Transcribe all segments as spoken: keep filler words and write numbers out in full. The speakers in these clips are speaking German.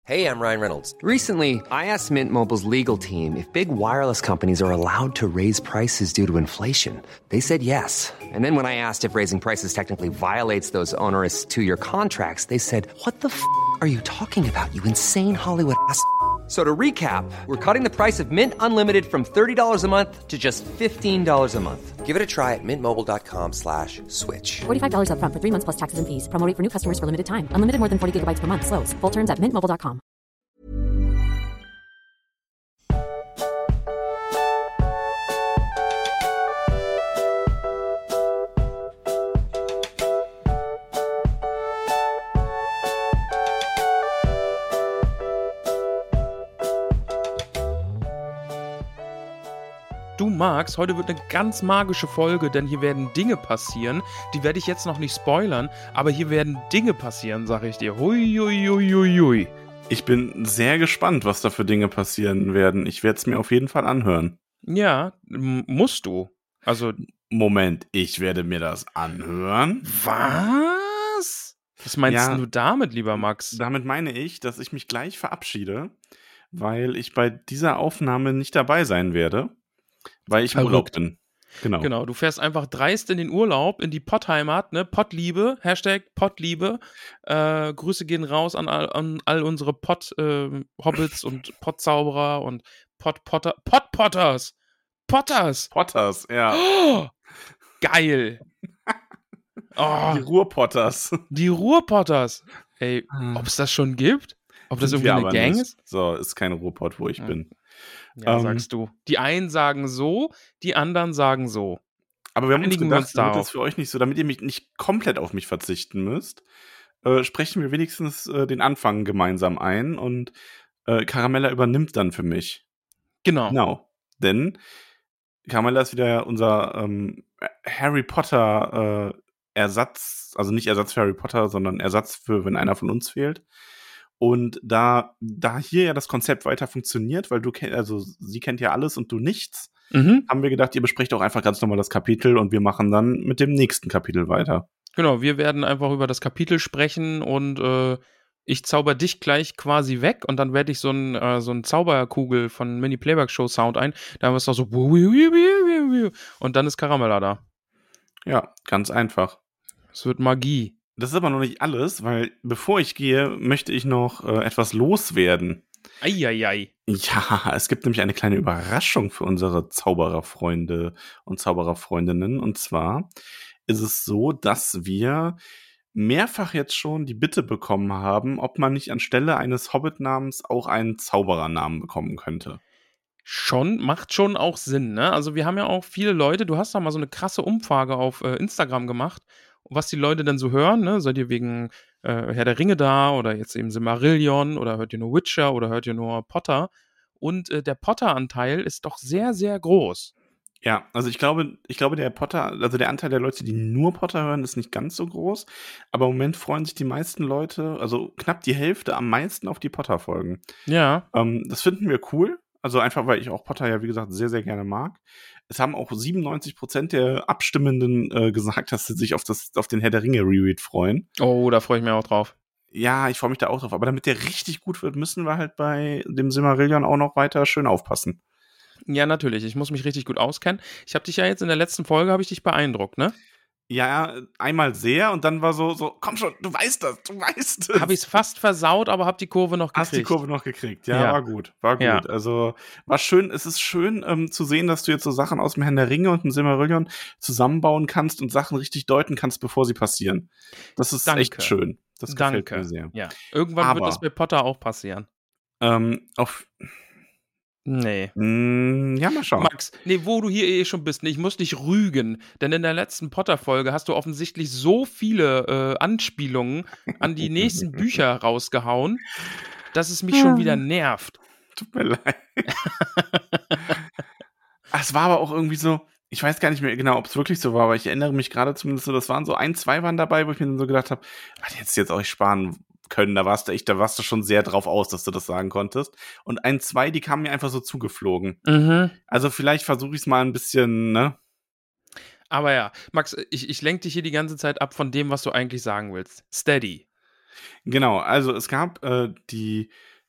Hey, I'm Ryan Reynolds. Recently, I asked Mint Mobile's legal team if big wireless companies are allowed to raise prices due to inflation. They said yes. And then when I asked if raising prices technically violates those onerous two-year contracts, they said, "What the f*** are you talking about, you insane Hollywood ass?" So to recap, we're cutting the price of Mint Unlimited from thirty dollars a month to just fifteen dollars a month. Give it a try at mintmobile.com slash switch. forty-five dollars up front for three months plus taxes and fees. Promo rate for new customers for limited time. Unlimited more than forty gigabytes per month. Slows full terms at mint mobile dot com. Du Max, heute wird eine ganz magische Folge, denn hier werden Dinge passieren. Die werde ich jetzt noch nicht spoilern, aber hier werden Dinge passieren, sag ich dir. Hui, hui, hui, hui, hui. Ich bin sehr gespannt, was da für Dinge passieren werden. Ich werde es mir auf jeden Fall anhören. Ja, m- musst du. Also, Moment, ich werde mir das anhören. was? Was meinst Ja. du damit, lieber Max? Damit meine ich, dass ich mich gleich verabschiede, weil ich bei dieser Aufnahme nicht dabei sein werde, weil ich im Urlaub Verrückt. bin. Genau. Genau, du fährst einfach dreist in den Urlaub, in die Pottheimat, ne? Pottliebe, Hashtag Pottliebe. Äh, Grüße gehen raus an all, an all unsere Pott-Hobbits und Pottzauberer und Pott-Potter, Pott-Potters. Potters. Potters, ja. Oh, geil. Oh, Die Ruhrpotters. die Ruhrpotters. Ey, ob es das schon gibt? Ob das Sind irgendwie wir eine aber Gang nicht. ist? So, ist kein Ruhrpott, wo ich Ja. bin. Ja, Ähm, sagst du. Die einen sagen so, die anderen sagen so. Aber wir haben uns Einigen wir uns gedacht, damit darauf. das für euch nicht so, damit ihr mich nicht komplett auf mich verzichten müsst, äh, sprechen wir wenigstens äh, den Anfang gemeinsam ein und äh, Caramella übernimmt dann für mich. Genau. Genau. Denn Caramella ist wieder unser ähm, Harry Potter äh, Ersatz, also nicht Ersatz für Harry Potter, sondern Ersatz für, wenn einer von uns fehlt. Und da, da hier ja das Konzept weiter funktioniert, weil du kennst, also sie kennt ja alles und du nichts, Mhm. haben wir gedacht, ihr besprecht auch einfach ganz normal das Kapitel und wir machen dann mit dem nächsten Kapitel weiter. Genau, wir werden einfach über das Kapitel sprechen und äh, ich zauber dich gleich quasi weg und dann werde ich so ein, äh, so ein Zauberkugel von Mini Playback Show Sound ein. Da haben wir es doch so und dann ist Caramella da. Ja, ganz einfach. Es wird Magie. Das ist aber noch nicht alles, weil bevor ich gehe, möchte ich noch äh, etwas loswerden. Eieiei. Ja, es gibt nämlich eine kleine Überraschung für unsere Zaubererfreunde und Zaubererfreundinnen. Und zwar ist es so, dass wir mehrfach jetzt schon die Bitte bekommen haben, ob man nicht anstelle eines Hobbit-Namens auch einen Zauberernamen bekommen könnte. Schon, macht schon auch Sinn, ne? Also wir haben ja auch viele Leute, du hast da mal so eine krasse Umfrage auf äh, Instagram gemacht, was die Leute dann so hören, ne? Seid ihr wegen äh, Herr der Ringe da oder jetzt eben Silmarillion oder hört ihr nur Witcher oder hört ihr nur Potter? Und äh, der Potter-Anteil ist doch sehr, sehr groß. Ja, also ich glaube, ich glaube, der Potter, also der Anteil der Leute, die nur Potter hören, ist nicht ganz so groß. Aber im Moment freuen sich die meisten Leute, also knapp die Hälfte am meisten auf die Potter-Folgen. Ja. Ähm, das finden wir cool. Also einfach, weil ich auch Potter ja, wie gesagt, sehr, sehr gerne mag. Es haben auch siebenundneunzig Prozent der Abstimmenden äh, gesagt, dass sie sich auf, das, auf den Herr der Ringe Reread freuen. Oh, da freue ich mich auch drauf. Ja, ich freue mich da auch drauf. Aber damit der richtig gut wird, müssen wir halt bei dem Silmarillion auch noch weiter schön aufpassen. Ja, natürlich. Ich muss mich richtig gut auskennen. Ich habe dich ja jetzt in der letzten Folge, habe ich dich beeindruckt, ne? Ja, einmal sehr und dann war so, so, komm schon, du weißt das, du weißt es. Habe ich es fast versaut, aber habe die Kurve noch gekriegt. Hast die Kurve noch gekriegt, ja, Ja. war gut, war gut. Ja. Also war schön, es ist schön ähm, zu sehen, dass du jetzt so Sachen aus dem Herrn der Ringe und dem Silmarillion zusammenbauen kannst und Sachen richtig deuten kannst, bevor sie passieren. Das ist Danke. echt schön. Das gefällt Danke. mir sehr. Ja. Irgendwann Aber- wird das bei Potter auch passieren. Ähm, auf, Nee. mh, ja, mal schauen. Max, nee, wo du hier eh schon bist, nee, ich muss dich rügen, denn in der letzten Potter-Folge hast du offensichtlich so viele äh, Anspielungen an die nächsten Bücher rausgehauen, dass es mich schon wieder nervt. Tut mir leid. Ach, es war aber auch irgendwie so, ich weiß gar nicht mehr genau, ob es wirklich so war, aber ich erinnere mich gerade zumindest so, das waren so ein, zwei waren dabei, wo ich mir dann so gedacht habe, ach, die hättest du jetzt auch nicht sparen können, da warst du echt, da warst du schon sehr drauf aus, dass du das sagen konntest. Und ein, zwei, die kamen mir einfach so zugeflogen. Mhm. Also vielleicht versuche ich es mal ein bisschen, ne? Aber ja, Max, ich, ich lenke dich hier die ganze Zeit ab von dem, was du eigentlich sagen willst. Steady. Genau, also es gab äh, die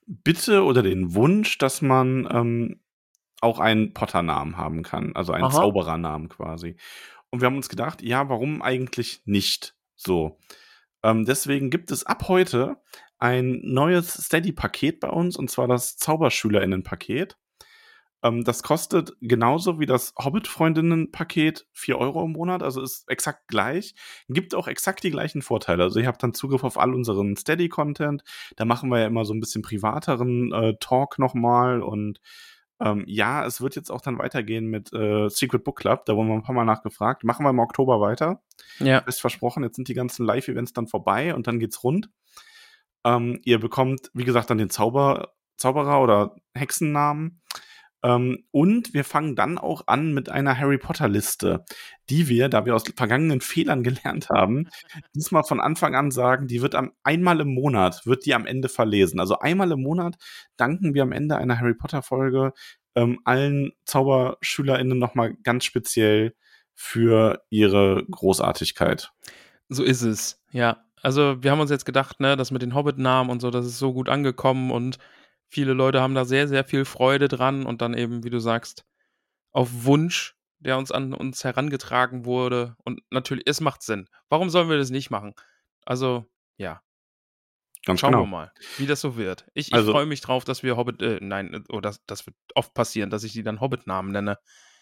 Bitte oder den Wunsch, dass man ähm, auch einen Potter-Namen haben kann, also einen Aha. Zauberernamen quasi. Und wir haben uns gedacht, ja, warum eigentlich nicht so? Ähm, deswegen gibt es ab heute ein neues Steady-Paket bei uns, und zwar das ZauberschülerInnen-Paket. Ähm, das kostet genauso wie das Hobbit-Freundinnen-Paket vier Euro im Monat, also ist exakt gleich. Gibt auch exakt die gleichen Vorteile. Also ihr habt dann Zugriff auf all unseren Steady-Content. Da machen wir ja immer so ein bisschen privateren äh, Talk nochmal. Und ähm, ja, es wird jetzt auch dann weitergehen mit äh, Secret Book Club. Da wurden wir ein paar Mal nachgefragt. Machen wir im Oktober weiter. Ja. Fest versprochen, jetzt sind die ganzen Live-Events dann vorbei und dann geht's rund. Ähm, ihr bekommt, wie gesagt, dann den Zauber, Zauberer oder Hexennamen. Ähm, und wir fangen dann auch an mit einer Harry Potter-Liste, die wir, da wir aus vergangenen Fehlern gelernt haben, diesmal von Anfang an sagen, die wird am, einmal im Monat, wird die am Ende verlesen. Also einmal im Monat danken wir am Ende einer Harry Potter-Folge ähm, allen ZauberschülerInnen nochmal ganz speziell für ihre Großartigkeit. So ist es, ja. Also wir haben uns jetzt gedacht, ne, das mit den Hobbit-Namen und so, das ist so gut angekommen und viele Leute haben da sehr, sehr viel Freude dran und dann eben, wie du sagst, auf Wunsch, der uns an uns herangetragen wurde. Und natürlich, es macht Sinn. Warum sollen wir das nicht machen? Also, ja, Ganz schauen wir genau. mal, wie das so wird. Ich, ich Also- freue mich drauf, dass wir Hobbit, äh, nein, oh, das, das wird oft passieren, dass ich die dann Hobbit-Namen nenne.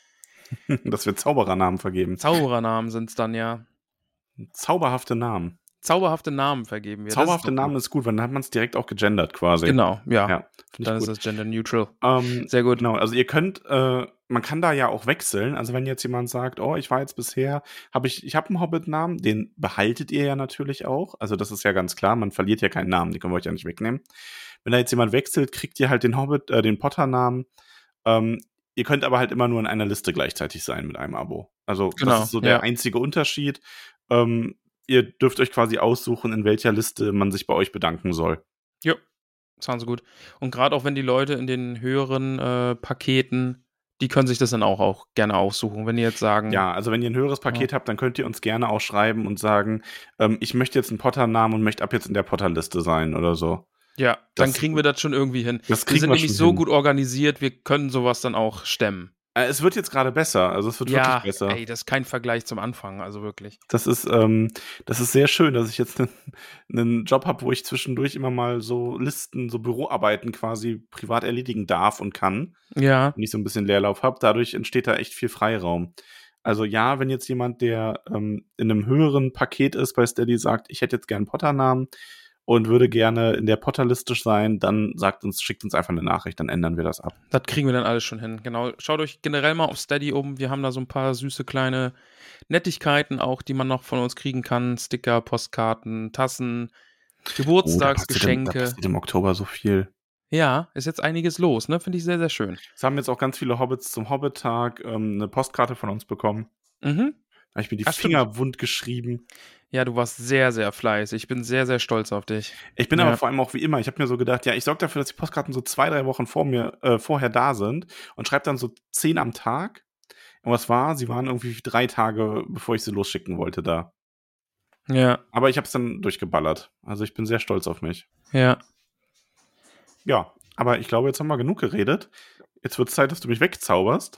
Dass wir Zauberernamen vergeben. Zauberernamen sind es dann ja. Zauberhafte Namen. Zauberhafte Namen vergeben wir. Das ist Zauberhafte doch Namen gut. ist gut, weil dann hat man es direkt auch gegendert quasi. Genau, ja. Ja, finde Dann ich ist gut. das gender neutral. Ähm, Sehr gut. Genau, also ihr könnt, äh, man kann da ja auch wechseln. Also wenn jetzt jemand sagt, oh, ich war jetzt bisher, habe ich, ich habe einen Hobbit-Namen, den behaltet ihr ja natürlich auch. Also das ist ja ganz klar, man verliert ja keinen Namen, den können wir euch ja nicht wegnehmen. Wenn da jetzt jemand wechselt, kriegt ihr halt den Hobbit, äh, den Potter-Namen. Ähm, ihr könnt aber halt immer nur in einer Liste gleichzeitig sein mit einem Abo. Also Genau, das ist so der ja. einzige Unterschied. Ähm, ihr dürft euch quasi aussuchen, in welcher Liste man sich bei euch bedanken soll. Jo, das waren sie gut. Und gerade auch wenn die Leute in den höheren äh, Paketen, die können sich das dann auch, auch gerne aussuchen. Wenn die jetzt sagen, Ja, also wenn ihr ein höheres Paket habt, dann könnt ihr uns gerne auch schreiben und sagen, ähm, ich möchte jetzt einen Potter-Namen und möchte ab jetzt in der Potter-Liste sein oder so. ja, dann das- kriegen wir das schon irgendwie hin. das Wir kriegen sind wir nämlich schon so hin. gut organisiert, wir können sowas dann auch stemmen. Äh, es wird jetzt gerade besser, also es wird Ja, wirklich besser. ey, das ist kein Vergleich zum Anfang, also wirklich. Das ist, ähm, das ist sehr schön, dass ich jetzt einen, einen Job habe, wo ich zwischendurch immer mal so Listen, so Büroarbeiten quasi privat erledigen darf und kann. Ja, Und ich so ein bisschen Leerlauf habe. Dadurch entsteht da echt viel Freiraum. Also ja, wenn jetzt jemand, der ähm, in einem höheren Paket ist bei Steady, sagt, ich hätte jetzt gern einen Potter-Namen und würde gerne in der Potter-Liste sein, dann sagt uns, schickt uns einfach eine Nachricht, dann ändern wir das ab. das kriegen wir dann alles schon hin. Genau. Schaut euch generell mal auf Steady um. Wir haben da so ein paar süße kleine Nettigkeiten auch, die man noch von uns kriegen kann. Sticker, Postkarten, Tassen, Oh, da passiert, im, da Geburtstagsgeschenke. passiert im Oktober so viel. Ja, ist jetzt einiges los, ne? Finde ich sehr, sehr schön. Es haben jetzt auch ganz viele Hobbits zum Hobbit-Tag ähm, eine Postkarte von uns bekommen. Mhm. Da habe ich mir die Ach, stimmt. Finger wund geschrieben. Ja, du warst sehr, sehr fleißig. Ich bin sehr, sehr stolz auf dich. Ich bin Ja. aber vor allem auch wie immer, ich habe mir so gedacht, ja, ich sorge dafür, dass die Postkarten so zwei, drei Wochen vor mir, äh, vorher da sind und schreibe dann so zehn am Tag. Und was war? Sie waren irgendwie drei Tage, bevor ich sie losschicken wollte, da. Ja, Aber ich habe es dann durchgeballert. Also ich bin sehr stolz auf mich. ja. Ja, aber ich glaube, jetzt haben wir genug geredet. Jetzt wird es Zeit, dass du mich wegzauberst.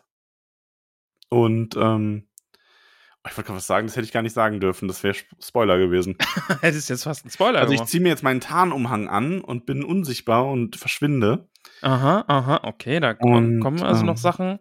Und ähm, ich wollte gerade was sagen, das hätte ich gar nicht sagen dürfen. Das wäre Spoiler gewesen. Es ist jetzt fast ein Spoiler. Also ich gemacht. ziehe mir jetzt meinen Tarnumhang an und bin unsichtbar und verschwinde. Aha, aha, okay, da kommen, Und, kommen also ähm, noch Sachen.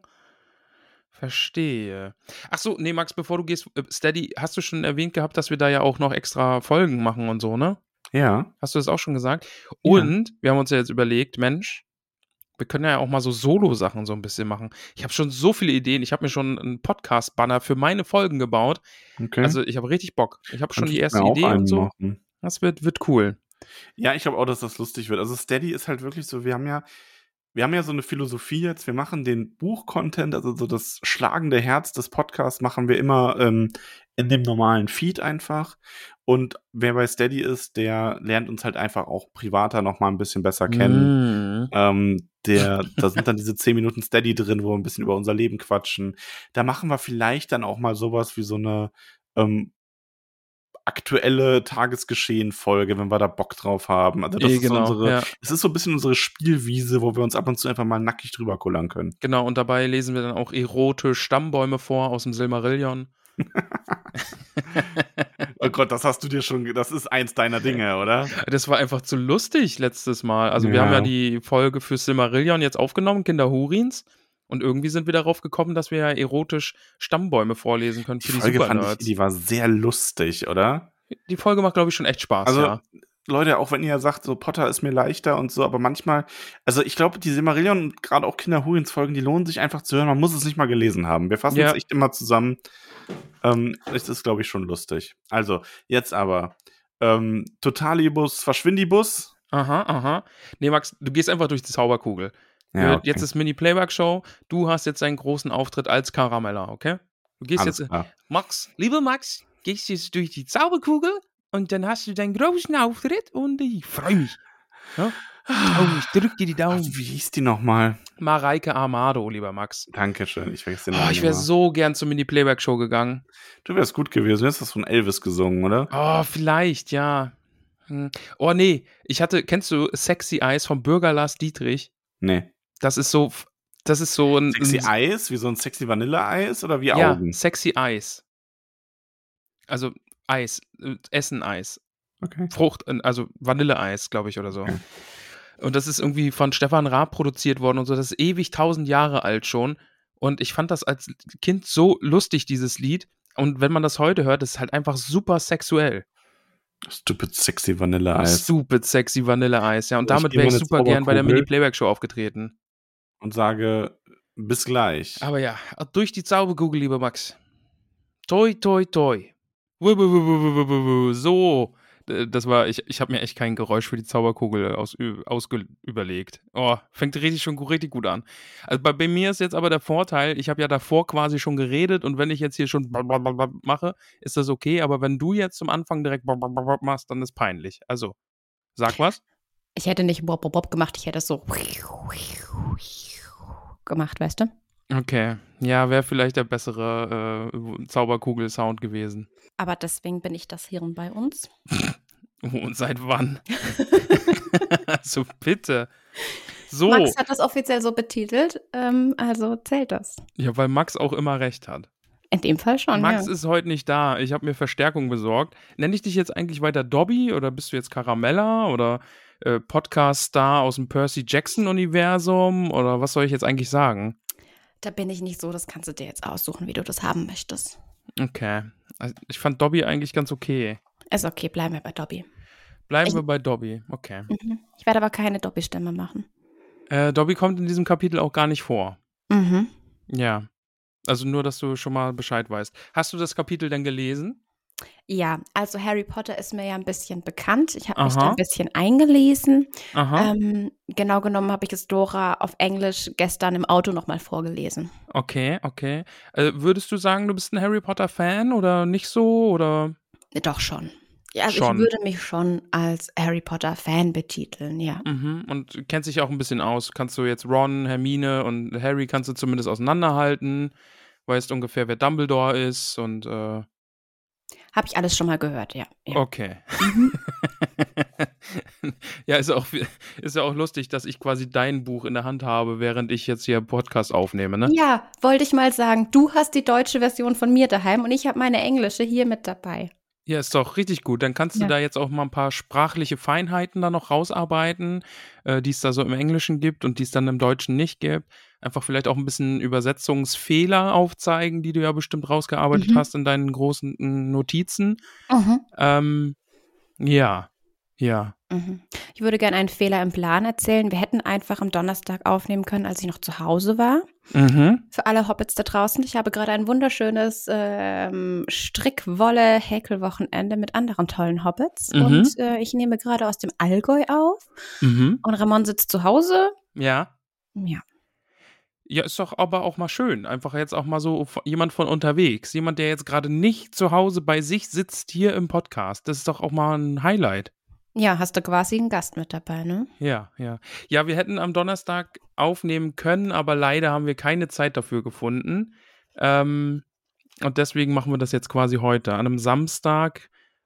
Verstehe. Ach so, nee, Max, bevor du gehst, äh, Steady, hast du schon erwähnt gehabt, dass wir da ja auch noch extra Folgen machen und so, ne? Ja. Hast du das auch schon gesagt? Ja. Und wir haben uns ja jetzt überlegt, Mensch, wir können ja auch mal so Solo-Sachen so ein bisschen machen. Ich habe schon so viele Ideen. Ich habe mir schon einen Podcast-Banner für meine Folgen gebaut. Okay. Also ich habe richtig Bock. Ich habe schon Kannst die du erste mir auch Idee einen und so. machen? Das wird, wird cool. Ja, ich glaube auch, dass das lustig wird. Also Steady ist halt wirklich so, wir haben ja, wir haben ja so eine Philosophie jetzt, wir machen den Buch-Content, also so das schlagende Herz des Podcasts machen wir immer ähm, in dem normalen Feed einfach. Und wer bei Steady ist, der lernt uns halt einfach auch privater noch mal ein bisschen besser kennen. Mm. Ähm, der, da sind dann diese zehn Minuten Steady drin, wo wir ein bisschen über unser Leben quatschen. Da machen wir vielleicht dann auch mal sowas wie so eine ähm, aktuelle Tagesgeschehen-Folge, wenn wir da Bock drauf haben. Also das Eh, ist so genau, unsere, ja. es ist so ein bisschen unsere Spielwiese, wo wir uns ab und zu einfach mal nackig drüber kullern können. Genau, und dabei lesen wir dann auch erotisch Stammbäume vor aus dem Silmarillion. Oh Gott, das hast du dir schon, das ist eins deiner Dinge, oder? Das war einfach zu lustig letztes Mal. Also wir Ja. haben ja die Folge für Silmarillion jetzt aufgenommen, Kinder Hurins. Und irgendwie sind wir darauf gekommen, dass wir ja erotisch Stammbäume vorlesen können Die für die, Folge fand ich, Supernerds. die war sehr lustig, oder? Die Folge macht, glaube ich, schon echt Spaß, Also, ja. Leute, auch wenn ihr sagt, so Potter ist mir leichter und so, aber manchmal, also ich glaube, die Silmarillion und gerade auch Kinder Hurins Folgen, die lohnen sich einfach zu hören. Man muss es nicht mal gelesen haben. Wir fassen Ja. es echt immer zusammen. Ähm, es ist, glaube ich, schon lustig. Also, jetzt aber. Ähm, Totalibus, Verschwindibus. Aha, aha. Nee, Max, du gehst einfach durch die Zauberkugel. Ja, Äh, okay. Jetzt ist Mini-Playback-Show. Du hast jetzt einen großen Auftritt als Karamella, okay? Du gehst Alles jetzt, klar. Max, lieber Max, gehst jetzt durch die Zauberkugel und dann hast du deinen großen Auftritt und ich freue mich. Ja? Daumen, ich drück dir die Ach, Daumen. wie hieß die nochmal? Mareike Amado, lieber Max. Dankeschön, ich vergesse den Oh, Namen ich wäre immer. so gern zur Mini-Playback-Show gegangen. Du wärst gut gewesen. Du hast das von Elvis gesungen, oder? Oh, vielleicht, ja. Hm. Oh, nee. Ich hatte, kennst du Sexy Eyes vom Bürger Lars Dietrich? Nee. Das ist so, das ist so ein. Sexy ein Eis, wie so ein sexy Vanilleeis oder wie ja, Augen? Sexy Eis. Also Eis, äh, Essen-Eis. Okay. Frucht, äh, also Vanilleeis, glaube ich, oder so. Okay. Und das ist irgendwie von Stefan Raab produziert worden und so. Das ist ewig tausend Jahre alt schon. Und ich fand das als Kind so lustig, dieses Lied. Und wenn man das heute hört, ist es halt einfach super sexuell. Stupid sexy Vanilleeis. Stupid sexy Vanilleeis, ja. Und Ich damit geh wäre mal ich eine super gern bei der Zauberkugel. Mini-Playback-Show aufgetreten. Und sage bis gleich. Aber ja, durch die Zauberkugel, lieber Max. Toi, toi, toi. Wu, wu, wu, wu, wu, wu, wu. So. Äh, Das war, ich, ich habe mir echt kein Geräusch für die Zauberkugel aus, ausge, überlegt. Oh, fängt richtig schon gu- richtig gut an. Also bei, bei mir ist jetzt aber der Vorteil, ich habe ja davor quasi schon geredet und wenn ich jetzt hier schon blablabla mache, ist das okay, aber wenn du jetzt zum Anfang direkt blablabla machst, dann ist peinlich. Also, sag was. Ich hätte nicht Bob Bob Bob gemacht, ich hätte es so gemacht, weißt du? Okay, ja, wäre vielleicht der bessere äh, Zauberkugel-Sound gewesen. Aber deswegen bin ich das Hirn bei uns. Oh, und seit wann? Also bitte. So, Max hat das offiziell so betitelt, ähm, also zählt das. ja, weil Max auch immer recht hat. In dem Fall schon, Max ja. ist heute nicht da. Ich habe mir Verstärkung besorgt. Nenne ich dich jetzt eigentlich weiter Dobby oder bist du jetzt Caramella oder äh, Podcast-Star aus dem Percy Jackson-Universum oder was soll ich jetzt eigentlich sagen? Da bin ich nicht so, das kannst du dir jetzt aussuchen, wie du das haben möchtest. Okay. Also ich fand Dobby eigentlich ganz okay. Ist okay, bleiben wir bei Dobby. Bleiben Ich- wir bei Dobby. Okay. Mhm. Ich werde aber keine Dobby-Stimme machen. Äh, Dobby kommt in diesem Kapitel auch gar nicht vor. Mhm. Ja. Also nur, dass du schon mal Bescheid weißt. Hast du das Kapitel denn gelesen? Ja, also Harry Potter ist mir ja ein bisschen bekannt. Ich habe mich Aha. da ein bisschen eingelesen. Aha. Ähm, genau genommen habe ich es Dora auf Englisch gestern im Auto nochmal vorgelesen. Okay, okay. Äh, würdest du sagen, du bist ein Harry Potter-Fan oder nicht so? Oder? Doch schon. Ja, also Schon. ich würde mich schon als Harry Potter-Fan betiteln, ja. Mhm. Und kennst dich auch ein bisschen aus. Kannst du jetzt Ron, Hermine und Harry kannst du zumindest auseinanderhalten. Weißt ungefähr, wer Dumbledore ist und äh, Habe ich alles schon mal gehört, ja. ja. okay. Ja, ist auch, ist ja auch lustig, dass ich quasi dein Buch in der Hand habe, während ich jetzt hier Podcast aufnehme, ne? Ja, wollte ich mal sagen, du hast die deutsche Version von mir daheim und ich habe meine englische hier mit dabei. Ja, ist doch richtig gut. Dann kannst du Ja. da jetzt auch mal ein paar sprachliche Feinheiten da noch rausarbeiten, äh, die es da so im Englischen gibt und die es dann im Deutschen nicht gibt. Einfach vielleicht auch ein bisschen Übersetzungsfehler aufzeigen, die du ja bestimmt rausgearbeitet Mhm. hast in deinen großen mm, Notizen. Mhm. Ähm, ja, ja. Mhm. Ich würde gerne einen Fehler im Plan erzählen. Wir hätten einfach am Donnerstag aufnehmen können, als ich noch zu Hause war. Mhm. Für alle Hobbits da draußen. Ich habe gerade ein wunderschönes ähm, Strickwolle-Häkelwochenende mit anderen tollen Hobbits. Mhm. Und äh, ich nehme gerade aus dem Allgäu auf. Mhm. Und Ramon sitzt zu Hause. Ja. Ja. Ja, ist doch aber auch mal schön. Einfach jetzt auch mal so f- jemand von unterwegs. Jemand, der jetzt gerade nicht zu Hause bei sich sitzt hier im Podcast. Das ist doch auch mal ein Highlight. Ja, hast du quasi einen Gast mit dabei, ne? Ja, ja. Ja, wir hätten am Donnerstag aufnehmen können, aber leider haben wir keine Zeit dafür gefunden. Ähm, und deswegen machen wir das jetzt quasi heute. An einem Samstag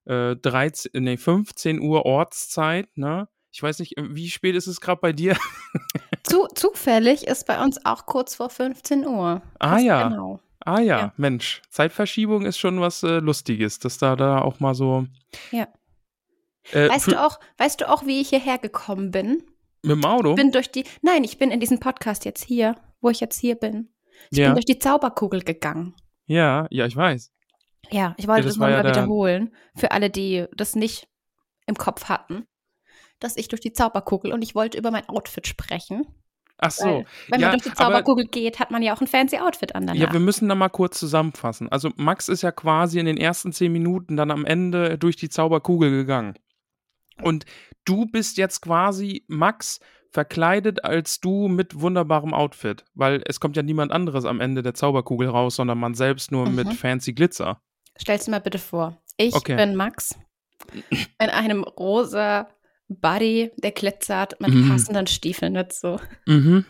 äh, dreizehn, nee, fünfzehn Uhr Ortszeit, ne? Ich weiß nicht, wie spät ist es gerade bei dir? Zu, zufällig ist bei uns auch kurz vor fünfzehn Uhr. Ah Passt ja. Genau. Ah ja, Ja. Mensch, Zeitverschiebung ist schon was äh, Lustiges, dass da da auch mal so. Ja. Äh, Weißt für- du auch, weißt du auch, wie ich hierher gekommen bin? Mit dem Auto? Ich bin durch die, nein, ich bin in diesem Podcast jetzt hier, wo ich jetzt hier bin. Ich Ja. bin durch die Zauberkugel gegangen. Ja, ja, ich weiß. Ja, ich wollte Ja, das das war ja nochmal der- wiederholen. Für alle, die das nicht im Kopf hatten. Dass ich durch die Zauberkugel und ich wollte über mein Outfit sprechen. Ach so. Weil, wenn ja, man durch die aber- Zauberkugel geht, hat man ja auch ein fancy Outfit an danach. Ja, wir müssen da mal kurz zusammenfassen. Also Max ist ja quasi in den ersten zehn Minuten dann am Ende durch die Zauberkugel gegangen. Und du bist jetzt quasi Max verkleidet als du mit wunderbarem Outfit. Weil es kommt ja niemand anderes am Ende der Zauberkugel raus, sondern man selbst nur Mhm. mit fancy Glitzer. Stell's dir mal bitte vor. Ich Okay. bin Max in einem rosa Buddy, der glitzert mit Mhm. passenden Stiefeln dazu. Mhm.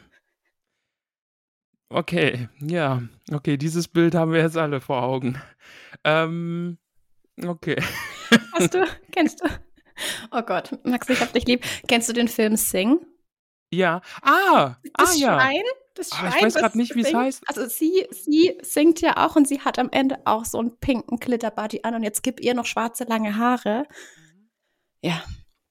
Okay, ja. Okay, dieses Bild haben wir jetzt alle vor Augen. Ähm, okay. Hast du? Kennst du? Oh Gott, Max, ich hab dich lieb. Kennst du den Film Sing? Ja. Ah, Das ah ja. Schwein? Das Ah, Schwein, ich weiß das grad nicht, wie es singt. heißt. Also sie, sie singt ja auch und sie hat am Ende auch so einen pinken Glitterbody an und jetzt gibt ihr noch schwarze lange Haare. Ja.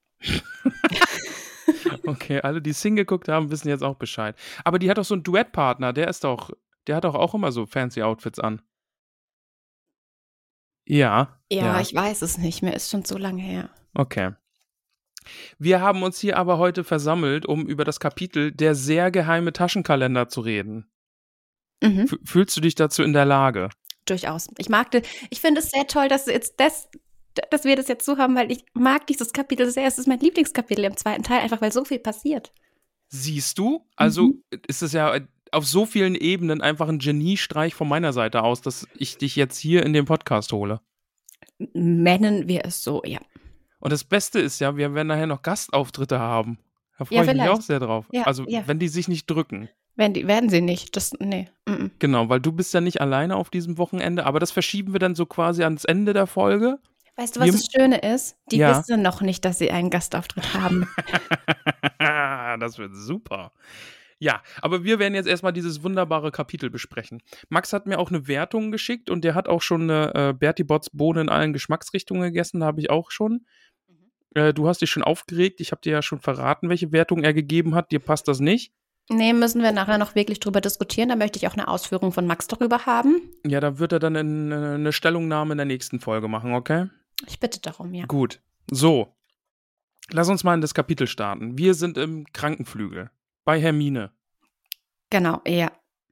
Okay, alle, die Sing geguckt haben, wissen jetzt auch Bescheid. Aber die hat doch so einen Duettpartner, der ist doch, der hat doch auch immer so fancy Outfits an. Ja. Ja, ich weiß es nicht mehr, ist schon so lange her. Okay. Wir haben uns hier aber heute versammelt, um über das Kapitel Der sehr geheime Taschenkalender zu reden. Mhm. F- Fühlst du dich dazu in der Lage? Durchaus. Ich mag das, ich finde es sehr toll, dass jetzt das, dass wir das jetzt so haben, weil ich mag dieses Kapitel sehr. Es ist mein Lieblingskapitel im zweiten Teil, einfach weil so viel passiert. Siehst du? Also Mhm. ist es ja auf so vielen Ebenen einfach ein Geniestreich von meiner Seite aus, dass ich dich jetzt hier in den Podcast hole. Nennen wir es so, ja. Und das Beste ist ja, wir werden nachher noch Gastauftritte haben. Da freue Ja, ich mich vielleicht. auch sehr drauf. Ja, also, ja. wenn die sich nicht drücken. Wenn die, werden sie nicht. Das, nee. Mm-mm. Genau, weil du bist ja nicht alleine auf diesem Wochenende, aber das verschieben wir dann so quasi ans Ende der Folge. Weißt du, was Wir- das Schöne ist? Die Ja. wissen noch nicht, dass sie einen Gastauftritt haben. Das wird super. Ja, aber wir werden jetzt erstmal dieses wunderbare Kapitel besprechen. Max hat mir auch eine Wertung geschickt und der hat auch schon eine äh, Bertie Botts Bohnen in allen Geschmacksrichtungen gegessen, da habe ich auch schon. Äh, du hast dich schon aufgeregt, ich habe dir ja schon verraten, welche Wertung er gegeben hat, dir passt das nicht. Nee, müssen wir nachher noch wirklich drüber diskutieren. Da möchte ich auch eine Ausführung von Max darüber haben. Ja, da wird er dann in, äh, eine Stellungnahme in der nächsten Folge machen, okay? Ich bitte darum, ja. Gut, so. Lass uns mal in das Kapitel starten. Wir sind im Krankenflügel bei Hermine, Genau, ja.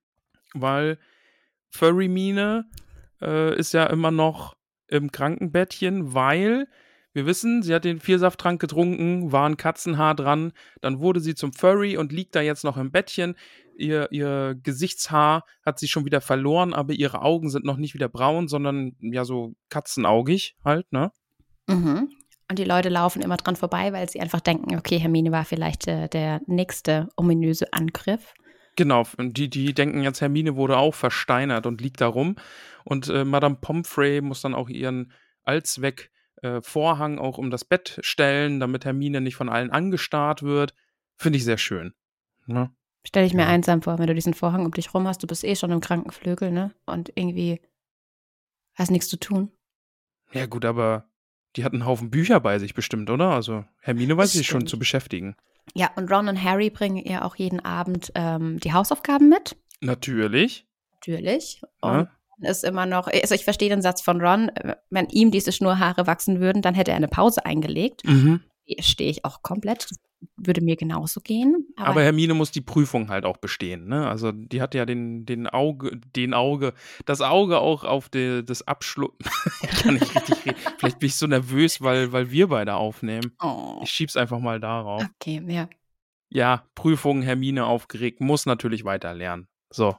weil Furry-Mine äh, ist ja immer noch im Krankenbettchen, weil wir wissen, sie hat den Vielsafttrank getrunken, war ein Katzenhaar dran, dann wurde sie zum Furry und liegt da jetzt noch im Bettchen. Ihr, ihr Gesichtshaar hat sie schon wieder verloren, aber ihre Augen sind noch nicht wieder braun, sondern ja so katzenaugig halt, ne? Mhm. Und die Leute laufen immer dran vorbei, weil sie einfach denken, okay, Hermine war vielleicht äh, der nächste ominöse Angriff. Genau, und die, die denken jetzt, Hermine wurde auch versteinert und liegt da rum. Und äh, Madame Pomfrey muss dann auch ihren allzweck äh, Vorhang auch um das Bett stellen, damit Hermine nicht von allen angestarrt wird. Finde ich sehr schön. Ne? Stelle ich mir Ja. einsam vor, wenn du diesen Vorhang um dich rum hast, du bist eh schon im Krankenflügel, ne? Und irgendwie hast nichts zu tun. Ja gut, aber die hat einen Haufen Bücher bei sich bestimmt, oder? Also Hermine weiß Das sich schon stimmt. zu beschäftigen. Ja, und Ron und Harry bringen ihr auch jeden Abend ähm, die Hausaufgaben mit. Natürlich. Natürlich. Und Ja. Ron ist immer noch, also ich verstehe den Satz von Ron, äh, wenn ihm diese Schnurrhaare wachsen würden, dann hätte er eine Pause eingelegt. Mhm. Stehe ich auch komplett. Das würde mir genauso gehen. Aber, Aber Hermine muss die Prüfung halt auch bestehen, ne? Also die hat ja den, den Auge, den Auge, das Auge auch auf die, das Abschluss. Ich kann nicht richtig reden. Vielleicht bin ich so nervös, weil, weil wir beide aufnehmen. oh, Ich schieb's einfach mal darauf. okay, ja. Ja, Prüfung, Hermine aufgeregt, muss natürlich weiter lernen. So.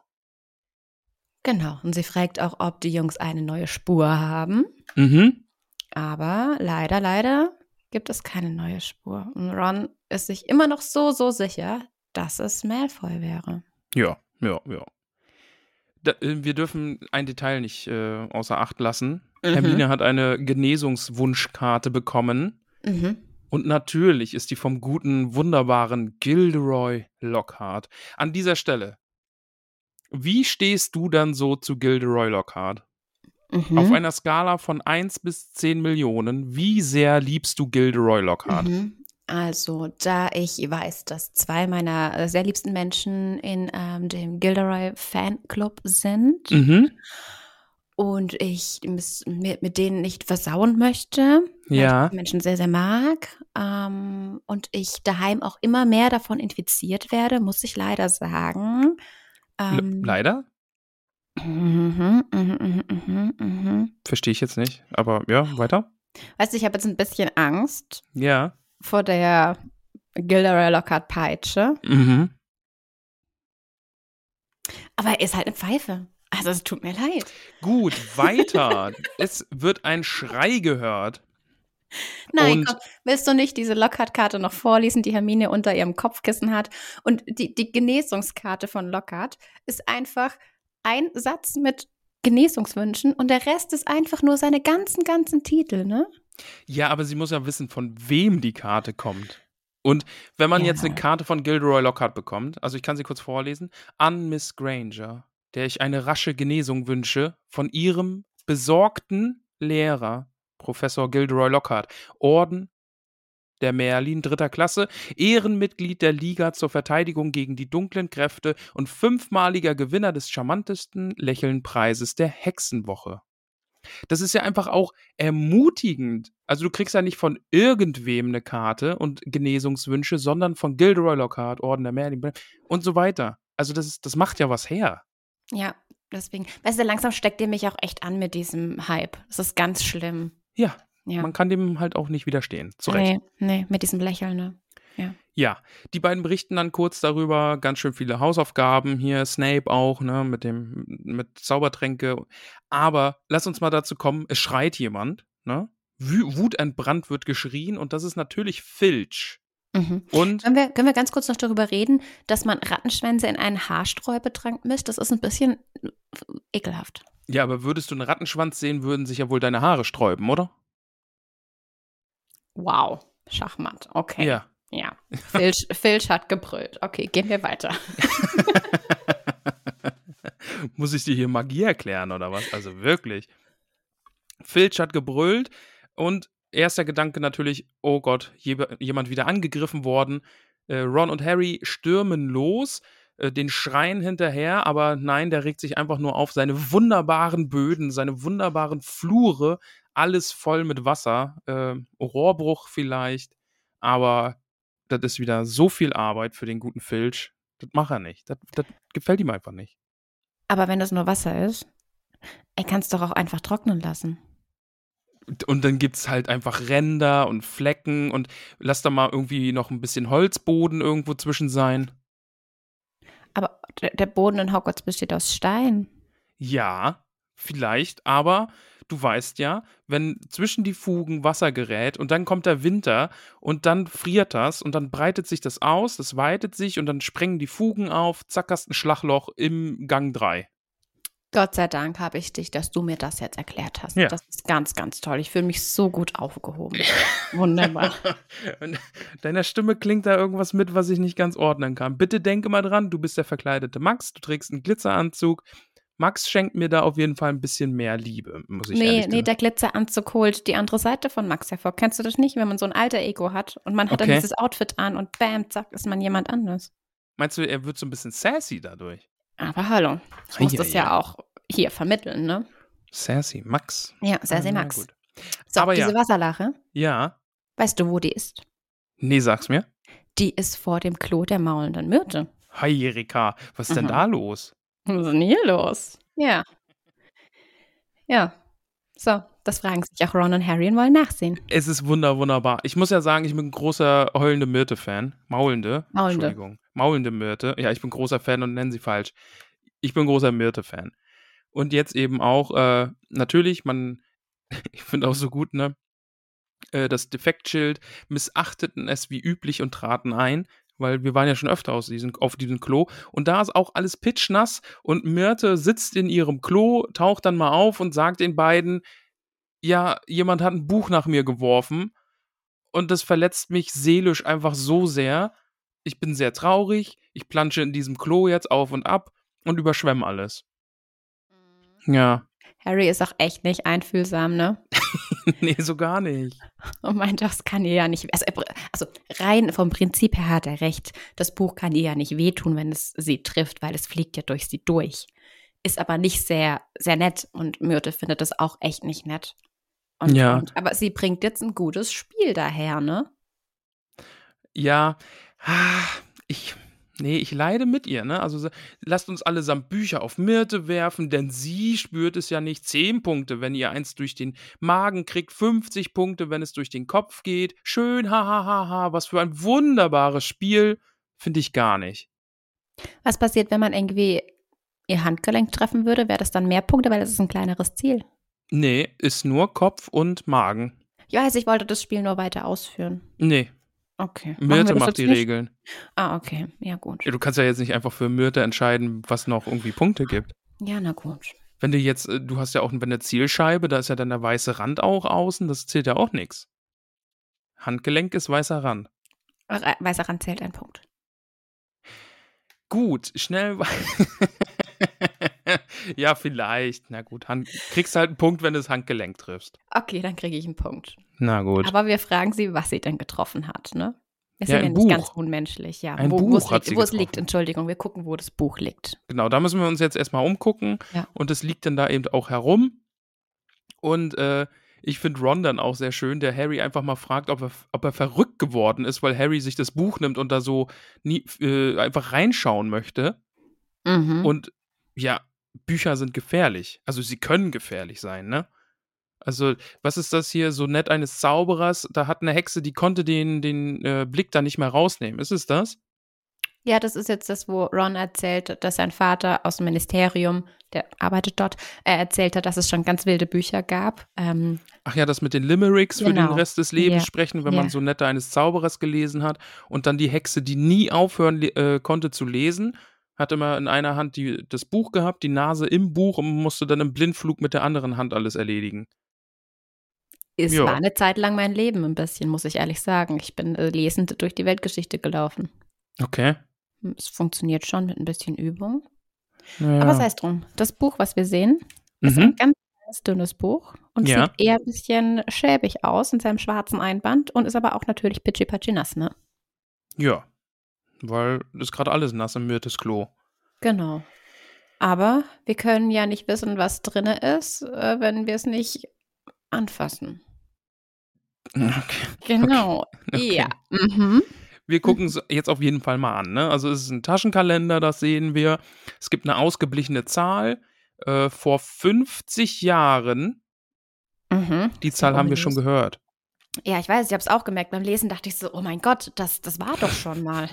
Genau. Und sie fragt auch, ob die Jungs eine neue Spur haben. Mhm. Aber leider, leider gibt es keine neue Spur. Und Ron ist sich immer noch so, so sicher, dass es Malfoy wäre. Ja, ja, ja. da, äh, wir dürfen ein Detail nicht äh, außer Acht lassen. Mhm. Hermine hat eine Genesungswunschkarte bekommen. Mhm. Und natürlich ist die vom guten, wunderbaren Gilderoy Lockhart. An dieser Stelle, wie stehst du dann so zu Gilderoy Lockhart? Mhm. Auf einer Skala von eins bis zehn Millionen, wie sehr liebst du Gilderoy Lockhart? Mhm. Also, da ich weiß, dass zwei meiner äh, sehr liebsten Menschen in ähm, dem Gilderoy Fanclub sind Mhm. und ich mis- mit, mit denen nicht versauen möchte, weil Ja. ich die Menschen sehr, sehr mag ähm, und ich daheim auch immer mehr davon infiziert werde, muss ich leider sagen. Le- Ähm, Leider? Mhm, mhm, mhm, mhm, mhm. Verstehe ich jetzt nicht. Aber ja, weiter? Weißt du, ich habe jetzt ein bisschen Angst Ja. vor der Gilderoy Lockhart Peitsche, Mhm. aber er ist halt eine Pfeife. Also es tut mir leid. Gut, weiter. Es wird ein Schrei gehört. Nein, Und- komm, willst du nicht diese Lockhart-Karte noch vorlesen, die Hermine unter ihrem Kopfkissen hat? Und die, die Genesungskarte von Lockhart ist einfach ein Satz mit Genesungswünschen und der Rest ist einfach nur seine ganzen, ganzen Titel, ne? Ja, aber sie muss ja wissen, von wem die Karte kommt. Und wenn man Ja. jetzt eine Karte von Gilderoy Lockhart bekommt, also ich kann sie kurz vorlesen, an Miss Granger, der ich eine rasche Genesung wünsche, von ihrem besorgten Lehrer, Professor Gilderoy Lockhart, Orden der Merlin dritter Klasse, Ehrenmitglied der Liga zur Verteidigung gegen die dunklen Kräfte und fünfmaliger Gewinner des charmantesten Lächelnpreises der Hexenwoche. Das ist ja einfach auch ermutigend. Also du kriegst ja nicht von irgendwem eine Karte und Genesungswünsche, sondern von Gilderoy Lockhart, Orden der Merlin und so weiter. Also das, ist, das macht ja was her. Ja, deswegen. Weißt du, langsam steckt ihr mich auch echt an mit diesem Hype. Das ist ganz schlimm. Ja, Ja. man kann dem halt auch nicht widerstehen. Zu Recht. Nee, nee, mit diesem Lächeln, ne? Ja. Ja, die beiden berichten dann kurz darüber, ganz schön viele Hausaufgaben hier, Snape auch, ne, mit dem, mit Zaubertränke. Aber lass uns mal dazu kommen, es schreit jemand, ne? Wü- Wutentbrannt wird geschrien und das ist natürlich Filch. Mhm. Und Können wir, können wir ganz kurz noch darüber reden, dass man Rattenschwänze in einen Haarsträubetrank mischt? Das ist ein bisschen ekelhaft. ja, aber würdest du einen Rattenschwanz sehen, würden sich ja wohl deine Haare sträuben, oder? Wow, Schachmatt. Okay. Ja. Ja. Filch, Filch hat gebrüllt. Okay, gehen wir weiter. Muss ich dir hier Magie erklären oder was? Also wirklich. Filch hat gebrüllt und erster Gedanke natürlich, oh Gott, je, jemand wieder angegriffen worden. Äh, Ron und Harry stürmen los, äh, den Schreien hinterher, aber nein, der regt sich einfach nur auf. Seine wunderbaren Böden, seine wunderbaren Flure, alles voll mit Wasser. Äh, Rohrbruch vielleicht, aber das ist wieder so viel Arbeit für den guten Filch. Das macht er nicht. Das, das gefällt ihm einfach nicht. Aber wenn das nur Wasser ist, er kann es doch auch einfach trocknen lassen. Und dann gibt es halt einfach Ränder und Flecken und lass da mal irgendwie noch ein bisschen Holzboden irgendwo zwischen sein. Aber der, der Boden in Hogwarts besteht aus Stein. Ja, vielleicht, aber du weißt ja, wenn zwischen die Fugen Wasser gerät und dann kommt der Winter und dann friert das und dann breitet sich das aus, das weitet sich und dann sprengen die Fugen auf, zack, hast ein Schlagloch im Gang drei. Gott sei Dank habe ich dich, dass du mir das jetzt erklärt hast. Ja. Das ist ganz, ganz toll. Ich fühle mich so gut aufgehoben. Wunderbar. Und deiner Stimme klingt da irgendwas mit, was ich nicht ganz ordnen kann. Bitte denke mal dran, du bist der verkleidete Max, du trägst einen Glitzeranzug. Max schenkt mir da auf jeden Fall ein bisschen mehr Liebe, muss ich Nee, ehrlich nee, sagen. der Glitzeranzug holt die andere Seite von Max hervor. Kennst du das nicht, wenn man so ein alter Ego hat und man hat Okay. dann dieses Outfit an und bam, zack, ist man jemand anders. Meinst du, er wird so ein bisschen sassy dadurch? Aber hallo, ich muss Ei, das ei, ja ei. auch hier vermitteln, ne? Sassy, Max. Ja, sehr, sehr Ah, na Max. gut. So, Aber diese ja. Wasserlache, Ja. weißt du, wo die ist? Nee, sag's mir. Die ist vor dem Klo der maulenden Myrte. Hi, Erika, was ist denn Mhm. da los? Was ist denn hier los? Ja. Ja. So, das fragen sich auch Ron und Harry und wollen nachsehen. Es ist wunder, wunderbar. Ich muss ja sagen, ich bin ein großer heulende Myrte-Fan. Maulende. Maulende. Entschuldigung. Maulende Myrte. Ja, ich bin großer Fan und nennen sie falsch. Ich bin großer Myrte-Fan. Und jetzt eben auch, äh, natürlich, man, ich finde auch so gut, ne? Äh, das Defektschild missachteten es wie üblich und traten ein. weil wir waren ja schon öfter aus diesem, auf diesem Klo und da ist auch alles pitschnass und Myrte sitzt in ihrem Klo, taucht dann mal auf und sagt den beiden, ja, jemand hat ein Buch nach mir geworfen und das verletzt mich seelisch einfach so sehr. Ich bin sehr traurig, ich plansche in diesem Klo jetzt auf und ab und überschwemme alles. Ja. Harry ist auch echt nicht einfühlsam, ne? Nee, so gar nicht. Und meint, das kann ihr ja nicht, also, also rein vom Prinzip her hat er recht, das Buch kann ihr ja nicht wehtun, wenn es sie trifft, weil es fliegt ja durch sie durch. Ist aber nicht sehr, sehr nett und Myrte findet das auch echt nicht nett. Und, Ja. und, aber sie bringt jetzt ein gutes Spiel daher, ne? Ja, ah, ich, nee, ich leide mit ihr, ne? Also se- lasst uns allesamt Bücher auf Myrte werfen, denn sie spürt es ja nicht. Zehn Punkte, wenn ihr eins durch den Magen kriegt, fünfzig Punkte, wenn es durch den Kopf geht. Schön, ha, ha, ha, ha, was für ein wunderbares Spiel, finde ich gar nicht. Was passiert, wenn man irgendwie ihr Handgelenk treffen würde? Wäre das dann mehr Punkte, weil das ist ein kleineres Ziel? Nee, ist nur Kopf und Magen. Ich weiß, ich wollte das Spiel nur weiter ausführen. Nee, Okay. Machen wir Myrte das macht jetzt die nicht? Regeln. Ah, okay. Ja, gut. Ja, du kannst ja jetzt nicht einfach für Myrte entscheiden, was noch irgendwie Punkte gibt. Ja, na gut. Wenn du jetzt, äh, du hast ja auch eine Zielscheibe, da ist ja dann der weiße Rand auch außen, das zählt ja auch nichts. Handgelenk ist weißer Rand. Re- Weißer Rand zählt ein Punkt. Gut, schnell. Ja, vielleicht. Na gut, Hand, kriegst halt einen Punkt, wenn du das Handgelenk triffst. Okay, dann kriege ich einen Punkt. Na gut. Aber wir fragen sie, was sie denn getroffen hat, ne? Wir Ja, sind ja ein nicht Buch. ganz unmenschlich, ja. Ein wo, Buch wo es hat liegt, sie wo es getroffen. liegt, Entschuldigung, wir gucken, wo das Buch liegt. Genau, da müssen wir uns jetzt erstmal umgucken. Ja. Und es liegt dann da eben auch herum. Und äh, ich finde Ron dann auch sehr schön, der Harry einfach mal fragt, ob er, ob er verrückt geworden ist, weil Harry sich das Buch nimmt und da so nie, äh, einfach reinschauen möchte. Mhm. Und ja, Bücher sind gefährlich. Also sie können gefährlich sein, ne? Also, was ist das hier? So nett eines Zauberers, da hat eine Hexe, die konnte den, den äh, Blick da nicht mehr rausnehmen. Ist es das? Ja, das ist jetzt das, wo Ron erzählt, dass sein Vater aus dem Ministerium, der arbeitet dort, er erzählt hat, dass es schon ganz wilde Bücher gab. Ähm, Ach ja, das mit den Limericks für den Genau. Rest des Lebens Ja. sprechen, wenn Ja. man so nett eines Zauberers gelesen hat. Und dann die Hexe, die nie aufhören le- äh, konnte zu lesen, hat immer in einer Hand die, das Buch gehabt, die Nase im Buch und musste dann im Blindflug mit der anderen Hand alles erledigen. es Ja. war eine Zeit lang mein Leben ein bisschen, muss ich ehrlich sagen. Ich bin äh, lesend durch die Weltgeschichte gelaufen. Okay. Es funktioniert schon mit ein bisschen Übung. Ja. Aber sei es drum. Das Buch, was wir sehen, ist ein Mhm. ganz kleines, dünnes Buch und Ja. sieht eher ein bisschen schäbig aus in seinem schwarzen Einband und ist aber auch natürlich pitchi-patschi nass, ne? Ja. Weil das ist gerade alles nass im Myrtes Klo. Genau. Aber wir können ja nicht wissen, was drinne ist, äh, wenn wir es nicht anfassen. Okay. Genau. Okay. Ja. Mhm. Wir gucken es jetzt auf jeden Fall mal an. Ne? Also es ist ein Taschenkalender, das sehen wir. Es gibt eine ausgeblichene Zahl. Äh, vor fünfzig Jahren, Mhm. die Zahl haben wir schon ominös. gehört. Ja, ich weiß, ich habe es auch gemerkt. Beim Lesen dachte ich so, oh mein Gott, das, das war doch schon mal.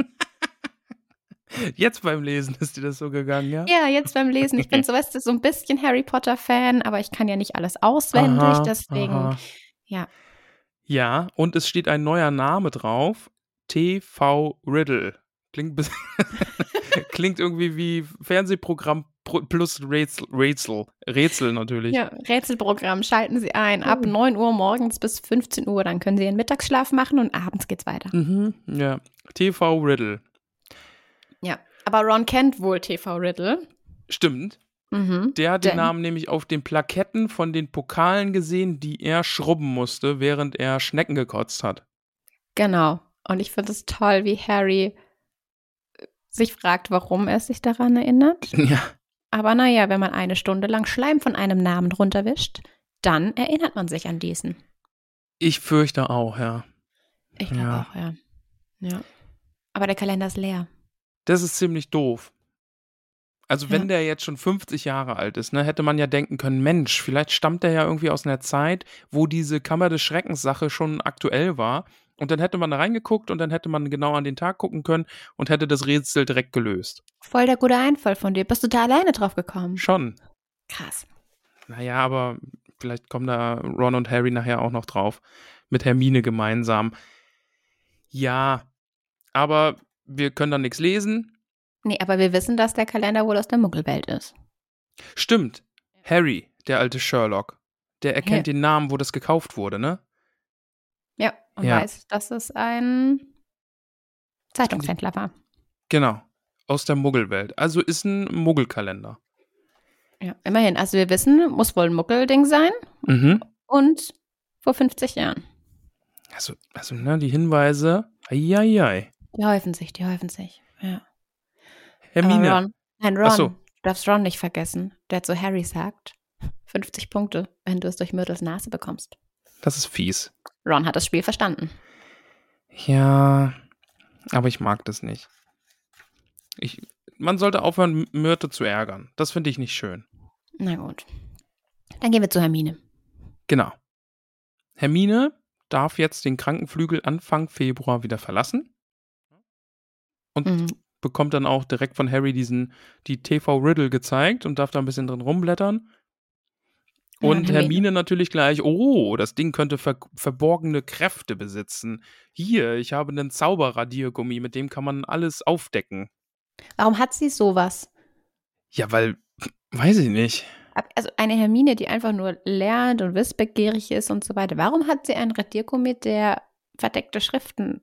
Jetzt beim Lesen ist dir das so gegangen, ja? Ja, jetzt beim Lesen. Ich bin so, weißt du, so ein bisschen Harry Potter-Fan, aber ich kann ja nicht alles auswendig, Aha, deswegen, aha. ja. Ja, und es steht ein neuer Name drauf. T V Riddle. Klingt, bis- Klingt irgendwie wie Fernsehprogramm pro- plus Rätsel. Rätsel, Rätsel natürlich. Ja, Rätselprogramm schalten Sie ein. Ab Hm. neun Uhr morgens bis fünfzehn Uhr, dann können Sie Ihren Mittagsschlaf machen und abends geht's weiter. Mhm, ja. T V Riddle. Ja, aber Ron kennt wohl T V Riddle. Stimmt. Mhm. Der hat den Denn- Namen nämlich auf den Plaketten von den Pokalen gesehen, die er schrubben musste, während er Schnecken gekotzt hat. Genau. Und ich finde es toll, wie Harry sich fragt, warum er sich daran erinnert. Ja. Aber naja, wenn man eine Stunde lang Schleim von einem Namen runterwischt, dann erinnert man sich an diesen. Ich fürchte auch, ja. Ich glaube Ja. auch, ja. Ja. Aber der Kalender ist leer. Das ist ziemlich doof. Also wenn Ja. der jetzt schon fünfzig Jahre alt ist, ne, hätte man ja denken können, Mensch, vielleicht stammt der ja irgendwie aus einer Zeit, wo diese Kammer des Schreckens Sache schon aktuell war. Und dann hätte man da reingeguckt und dann hätte man genau an den Tag gucken können und hätte das Rätsel direkt gelöst. Voll der gute Einfall von dir. Bist du da alleine drauf gekommen? Schon. Krass. Naja, aber vielleicht kommen da Ron und Harry nachher auch noch drauf. Mit Hermine gemeinsam. Ja, aber wir können da nichts lesen. Nee, aber wir wissen, dass der Kalender wohl aus der Muggelwelt ist. Stimmt. Harry, der alte Sherlock, der erkennt Ja. den Namen, wo das gekauft wurde, ne? Ja, und Ja. weiß, dass es ein Zeitungshändler war. Genau. Aus der Muggelwelt. Also ist ein Muggelkalender. Ja, immerhin. Also wir wissen, muss wohl ein Muggelding sein Mhm. und vor fünfzig Jahren. Also, also ne, die Hinweise. Eieiei. Die häufen sich, die häufen sich. Ja. Hermine. Aber Ron, nein, Ron, Ach so. du darfst Ron nicht vergessen, der zu Harry sagt, fünfzig Punkte, wenn du es durch Myrtles Nase bekommst. Das ist fies. Ron hat das Spiel verstanden. Ja, aber ich mag das nicht. Ich, man sollte aufhören, Myrte zu ärgern. Das finde ich nicht schön. Na gut. Dann gehen wir zu Hermine. Genau. Hermine darf jetzt den Krankenflügel Anfang Februar wieder verlassen und Mhm. bekommt dann auch direkt von Harry diesen, die T V-Riddle gezeigt und darf da ein bisschen drin rumblättern. Ja, Und und Hermine natürlich gleich, oh, das Ding könnte ver verborgene Kräfte besitzen. Hier, ich habe einen Zauberradiergummi, mit dem kann man alles aufdecken. Warum hat sie sowas? Ja, weil, weiß ich nicht. Ab- Also eine Hermine, die einfach nur lernt und wissbegierig ist und so weiter. Warum hat sie einen Radiergummi, der verdeckte Schriften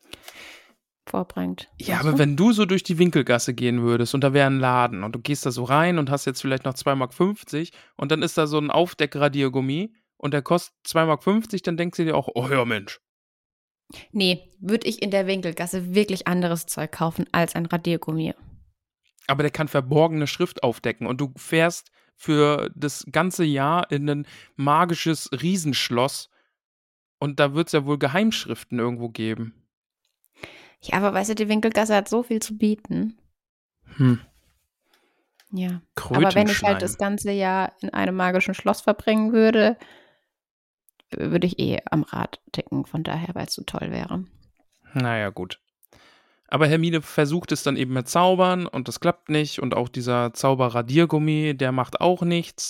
vorbringt? Ja, Weißt aber du? wenn du so durch die Winkelgasse gehen würdest und da wäre ein Laden und du gehst da so rein und hast jetzt vielleicht noch zwei Mark fünfzig und dann ist da so ein Aufdeckradiergummi und der kostet zwei Mark fünfzig, dann denkst du dir auch, oh ja Mensch. Nee, würde ich in der Winkelgasse wirklich anderes Zeug kaufen als ein Radiergummi. Aber der kann verborgene Schrift aufdecken und du fährst für das ganze Jahr in ein magisches Riesenschloss und da wird es ja wohl Geheimschriften irgendwo geben. Ja, aber weißt du, die Winkelgasse hat so viel zu bieten. Hm. Ja. Aber wenn ich halt Krötenschleim. das ganze Jahr in einem magischen Schloss verbringen würde, würde ich eh am Rad ticken, von daher, weil es so toll wäre. Naja, gut. Aber Hermine versucht es dann eben mit Zaubern und das klappt nicht. Und auch dieser Zauberradiergummi, der macht auch nichts.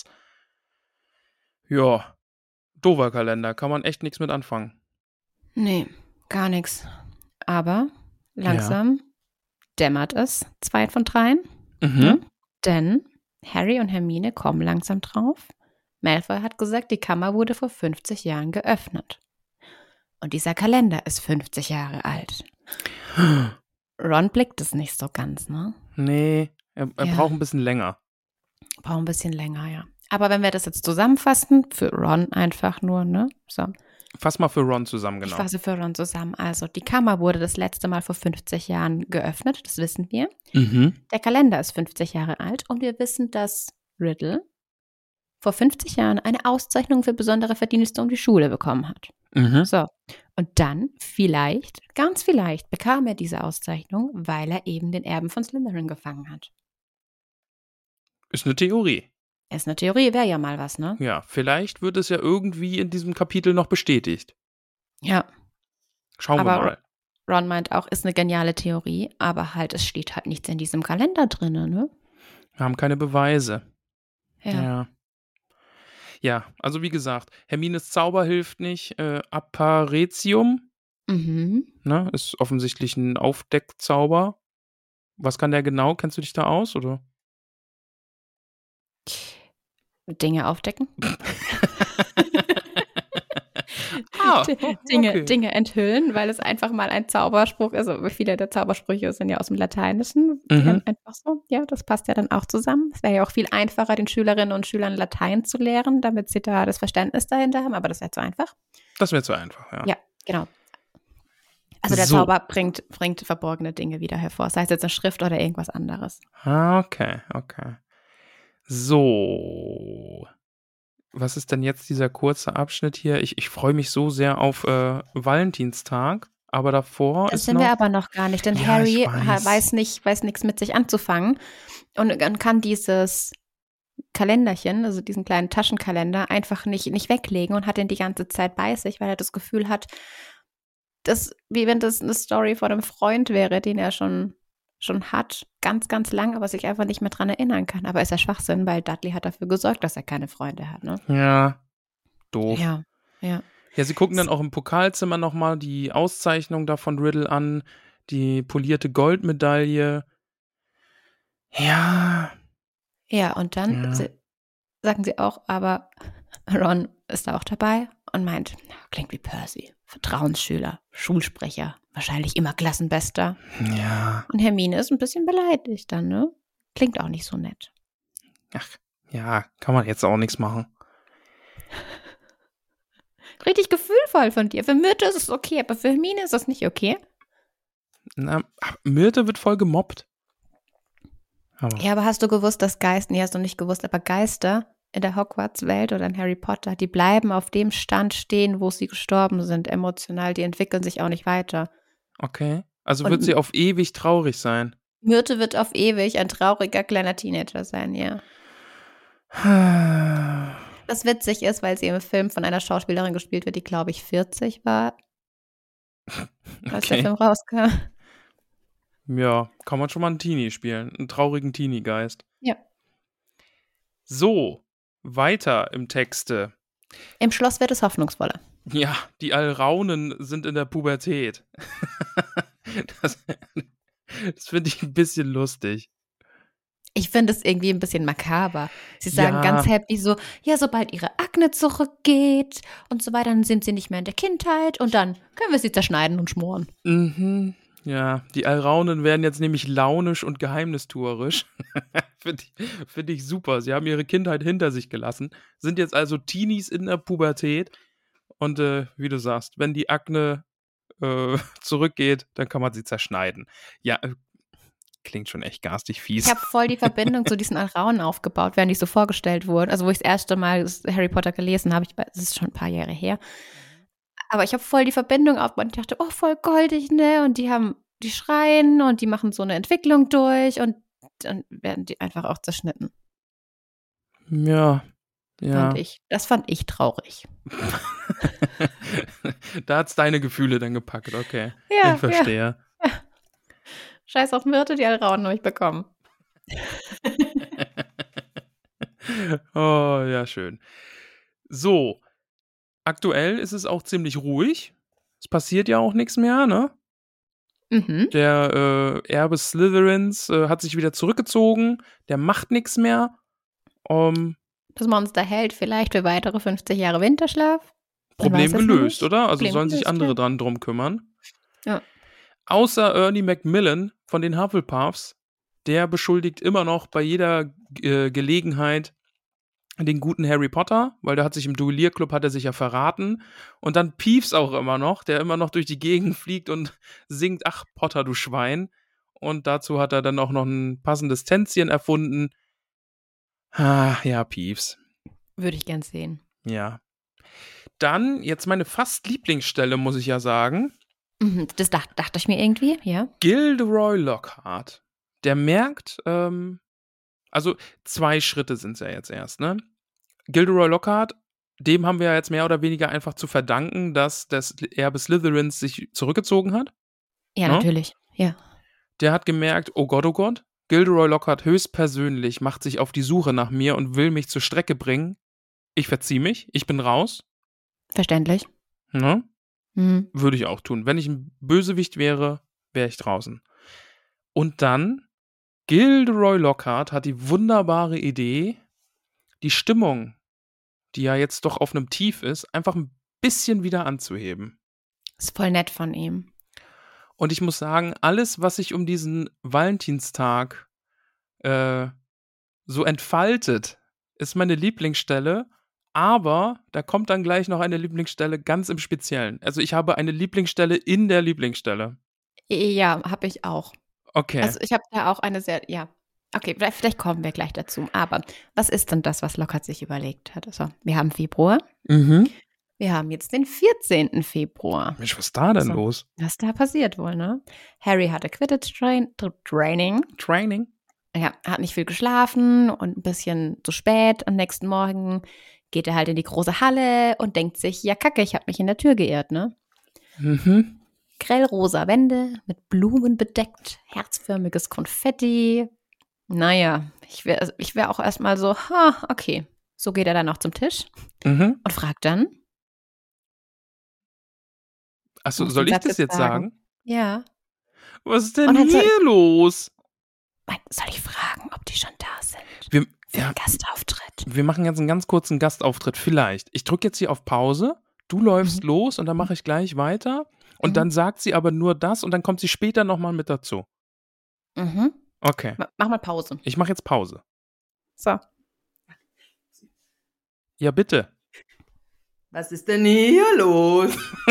Ja, doofer Kalender, kann man echt nichts mit anfangen. Nee, gar nichts. Aber langsam dämmert es, zwei von dreien. Mhm. Ja? Denn Harry und Hermine kommen langsam drauf. Malfoy hat gesagt, die Kammer wurde vor fünfzig Jahren geöffnet. Und dieser Kalender ist fünfzig Jahre alt. Ron blickt es nicht so ganz, ne? Nee, er, er Ja. braucht ein bisschen länger. Braucht ein bisschen länger, ja. Aber wenn wir das jetzt zusammenfassen, für Ron einfach nur, ne? So, Fass mal für Ron zusammen, genau. ich fasse für Ron zusammen. Also, die Kammer wurde das letzte Mal vor fünfzig Jahren geöffnet, das wissen wir. Mhm. Der Kalender ist fünfzig Jahre alt und wir wissen, dass Riddle vor fünfzig Jahren eine Auszeichnung für besondere Verdienste um die Schule bekommen hat. Mhm. So, und dann vielleicht, ganz vielleicht, bekam er diese Auszeichnung, weil er eben den Erben von Slytherin gefangen hat. Ist eine Theorie. Ist eine Theorie, wäre ja mal was, ne? Ja, vielleicht wird es ja irgendwie in diesem Kapitel noch bestätigt. Ja, Schauen wir Aber- mal. Ron meint auch, ist eine geniale Theorie, aber halt, es steht halt nichts in diesem Kalender drin, ne? Wir haben keine Beweise. Ja. Ja. Ja, also wie gesagt, Hermines Zauber hilft nicht. Äh, Apparetium, Mhm. ne, ist offensichtlich ein Aufdeckzauber. Was kann der genau? Kennst du dich da aus, oder? Dinge aufdecken. Ah, D- oh, Dinge, okay. Dinge enthüllen, weil es einfach mal ein Zauberspruch ist. Also viele der Zaubersprüche sind ja aus dem Lateinischen. Die Mhm. dann einfach so. Ja, das passt ja dann auch zusammen. Es wäre ja auch viel einfacher, den Schülerinnen und Schülern Latein zu lehren, damit sie da das Verständnis dahinter haben. Aber das wäre zu einfach. Das wäre zu einfach, ja. Ja, genau. Also der So. Zauber bringt, bringt verborgene Dinge wieder hervor. Sei es jetzt eine Schrift oder irgendwas anderes. Ah, okay, okay. So. Was ist denn jetzt dieser kurze Abschnitt hier? Ich, ich freue mich so sehr auf äh, Valentinstag, aber davor Das ist sind noch... wir aber noch gar nicht, denn Ja, Harry ich ha- weiß. weiß nicht, weiß nichts mit sich anzufangen und dann kann dieses Kalenderchen, also diesen kleinen Taschenkalender, einfach nicht, nicht weglegen und hat den die ganze Zeit bei sich, weil er das Gefühl hat, dass, wie wenn das eine Story von einem Freund wäre, den er schon, schon hat, ganz, ganz lang, aber sich einfach nicht mehr dran erinnern kann. Aber ist ja Schwachsinn, weil Dudley hat dafür gesorgt, dass er keine Freunde hat, ne? Ja, doof. Ja, ja. Ja, sie gucken dann auch im Pokalzimmer nochmal die Auszeichnung da von Riddle an. die polierte Goldmedaille. Ja. Ja, und dann Ja. sie, sagen sie auch, aber Ron ist da auch dabei und meint, na, klingt wie Percy, Vertrauensschüler, Schulsprecher, wahrscheinlich immer Klassenbester. Ja. Und Hermine ist ein bisschen beleidigt dann, ne? Klingt auch nicht so nett. Ach, ja, kann man jetzt auch nichts machen. Richtig gefühlvoll von dir. Für Myrte ist es okay, aber für Hermine ist das nicht okay. Na, Myrte wird voll gemobbt. Aber Ja, aber hast du gewusst, dass Geister, nee, hast du nicht gewusst, aber Geister in der Hogwarts-Welt oder in Harry Potter, die bleiben auf dem Stand stehen, wo sie gestorben sind, emotional. Die entwickeln sich auch nicht weiter. okay. Also Und- wird sie auf ewig traurig sein. Myrte wird auf ewig ein trauriger kleiner Teenager sein, ja. Was witzig ist, weil sie im Film von einer Schauspielerin gespielt wird, die, glaube ich, vierzig war, als der Okay. Film rauskam. Ja, kann man schon mal einen Teenie spielen. Einen traurigen Teenie-Geist. Ja. So, weiter im Texte. Im Schloss wird es hoffnungsvoller. Ja, die Alraunen sind in der Pubertät. Das, das finde ich ein bisschen lustig. Ich finde es irgendwie ein bisschen makaber. Sie sagen Ja. ganz happy so, ja, sobald ihre Akne zurückgeht und so weiter, dann sind sie nicht mehr in der Kindheit und dann können wir sie zerschneiden und schmoren. Mhm. Ja, die Alraunen werden jetzt nämlich launisch und geheimnistuerisch. Finde ich, find ich super. Sie haben ihre Kindheit hinter sich gelassen, sind jetzt also Teenies in der Pubertät. Und äh, wie du sagst, wenn die Akne äh, zurückgeht, dann kann man sie zerschneiden. Ja, äh, klingt schon echt garstig fies. Ich habe voll die Verbindung zu diesen Alraunen aufgebaut, während die so vorgestellt wurden. Also wo ich das erste Mal das Harry Potter gelesen habe, ich, das ist schon ein paar Jahre her. Aber ich habe voll die Verbindung aufgebaut und dachte, oh, voll goldig, ne? Und die haben, die schreien und die machen so eine Entwicklung durch und dann werden die einfach auch zerschnitten. Ja, ja. Fand ich. Das fand ich traurig. Da hat's deine Gefühle dann gepackt, okay. Ja, ich verstehe. Ja. Scheiß auf Myrte, die Alraunen habe ich bekommen. Oh, ja, schön. So, aktuell ist es auch ziemlich ruhig. Es passiert ja auch nichts mehr, ne? Mhm. Der äh, Erbe Slytherins äh, hat sich wieder zurückgezogen. Der macht nichts mehr. Um, Das Monster hält vielleicht für weitere fünfzig Jahre Winterschlaf. Man Problem weiß es gelöst, nicht. oder? Also Problem sollen sich gelöst, andere ja. dran drum kümmern. Ja. Außer Ernie Macmillan von den Hufflepuffs. Der beschuldigt immer noch bei jeder äh, Gelegenheit den guten Harry Potter, weil der hat sich im Duellierclub, hat er sich ja verraten. Und dann Peeves auch immer noch, der immer noch durch die Gegend fliegt und singt, ach Potter, du Schwein. Und dazu hat er dann auch noch ein passendes Tänzchen erfunden. Ah, ja, Peeves. Würde ich gern sehen. Ja. Dann, jetzt meine fast Lieblingsstelle, muss ich ja sagen. Mhm, das dacht, dachte ich mir irgendwie, ja. Gilderoy Lockhart. Der merkt, ähm, also zwei Schritte sind es ja jetzt erst, ne? Gilderoy Lockhart, dem haben wir ja jetzt mehr oder weniger einfach zu verdanken, dass das Erbe Slytherins sich zurückgezogen hat. Ja, Ne? natürlich. Ja. Der hat gemerkt, oh Gott, oh Gott, Gilderoy Lockhart höchstpersönlich macht sich auf die Suche nach mir und will mich zur Strecke bringen. Ich verziehe mich, ich bin raus. Verständlich. Ne? Mhm. Würde ich auch tun. Wenn ich ein Bösewicht wäre, wäre ich draußen. Und dann, Gilderoy Lockhart hat die wunderbare Idee, die Stimmung, die ja jetzt doch auf einem Tief ist, einfach ein bisschen wieder anzuheben. Ist voll nett von ihm. Und ich muss sagen, alles, was sich um diesen Valentinstag äh, so entfaltet, ist meine Lieblingsstelle. Aber da kommt dann gleich noch eine Lieblingsstelle ganz im Speziellen. Also ich habe eine Lieblingsstelle in der Lieblingsstelle. Ja, habe ich auch. Okay. Also ich habe da auch eine sehr, ja. Okay, vielleicht, vielleicht kommen wir gleich dazu. Aber was ist denn das, was Lockhart sich überlegt hat? Also, wir haben Februar. mhm. Wir haben jetzt den vierzehnten Februar. Mensch, was ist da denn So. los? Was da passiert wohl, ne? Harry hatte Quidditch-Training. Training? Ja, hat nicht viel geschlafen und ein bisschen zu spät. Am nächsten Morgen geht er halt in die große Halle und denkt sich, ja kacke, ich habe mich in der Tür geirrt, ne? Mhm. Grellrosa Wände, mit Blumen bedeckt, herzförmiges Konfetti. Naja, ich wäre ich wär auch erstmal so, ha, okay. So geht er dann auch zum Tisch Mhm. und fragt dann, Achso, Musst soll den ich Satz das jetzt jetzt sagen? sagen. ja, Was ist denn Und dann soll- hier los? Mein, soll ich fragen, ob die schon da sind? Wir, Für ja, einen Gastauftritt. wir machen jetzt einen ganz kurzen Gastauftritt, vielleicht. Ich drücke jetzt hier auf Pause, du läufst Mhm. los und dann mache ich gleich weiter. Und Mhm. dann sagt sie aber nur das und dann kommt sie später nochmal mit dazu. Mhm. Okay, Ma- Mach mal Pause. ich mache jetzt Pause. So. Ja, bitte. Was ist denn hier los?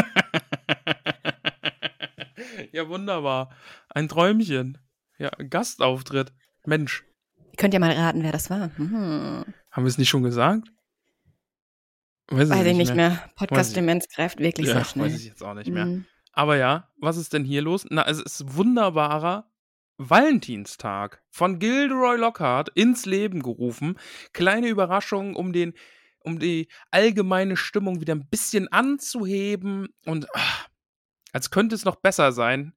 Ja, wunderbar. Ein Träumchen. Ja, Gastauftritt. Mensch, Ihr könnt ja mal raten, wer das war. Hm. haben wir es nicht schon gesagt? Weiß, Weiß ich nicht mehr. Weiß ich- Podcast-Demenz greift wirklich Ja, sehr schnell. weiß ich jetzt auch nicht mehr. Mhm. Aber ja, was ist denn hier los? Na, es ist wunderbarer Valentinstag von Gilderoy Lockhart ins Leben gerufen. Kleine Überraschung, um den, um die allgemeine Stimmung wieder ein bisschen anzuheben und ach, als könnte es noch besser sein.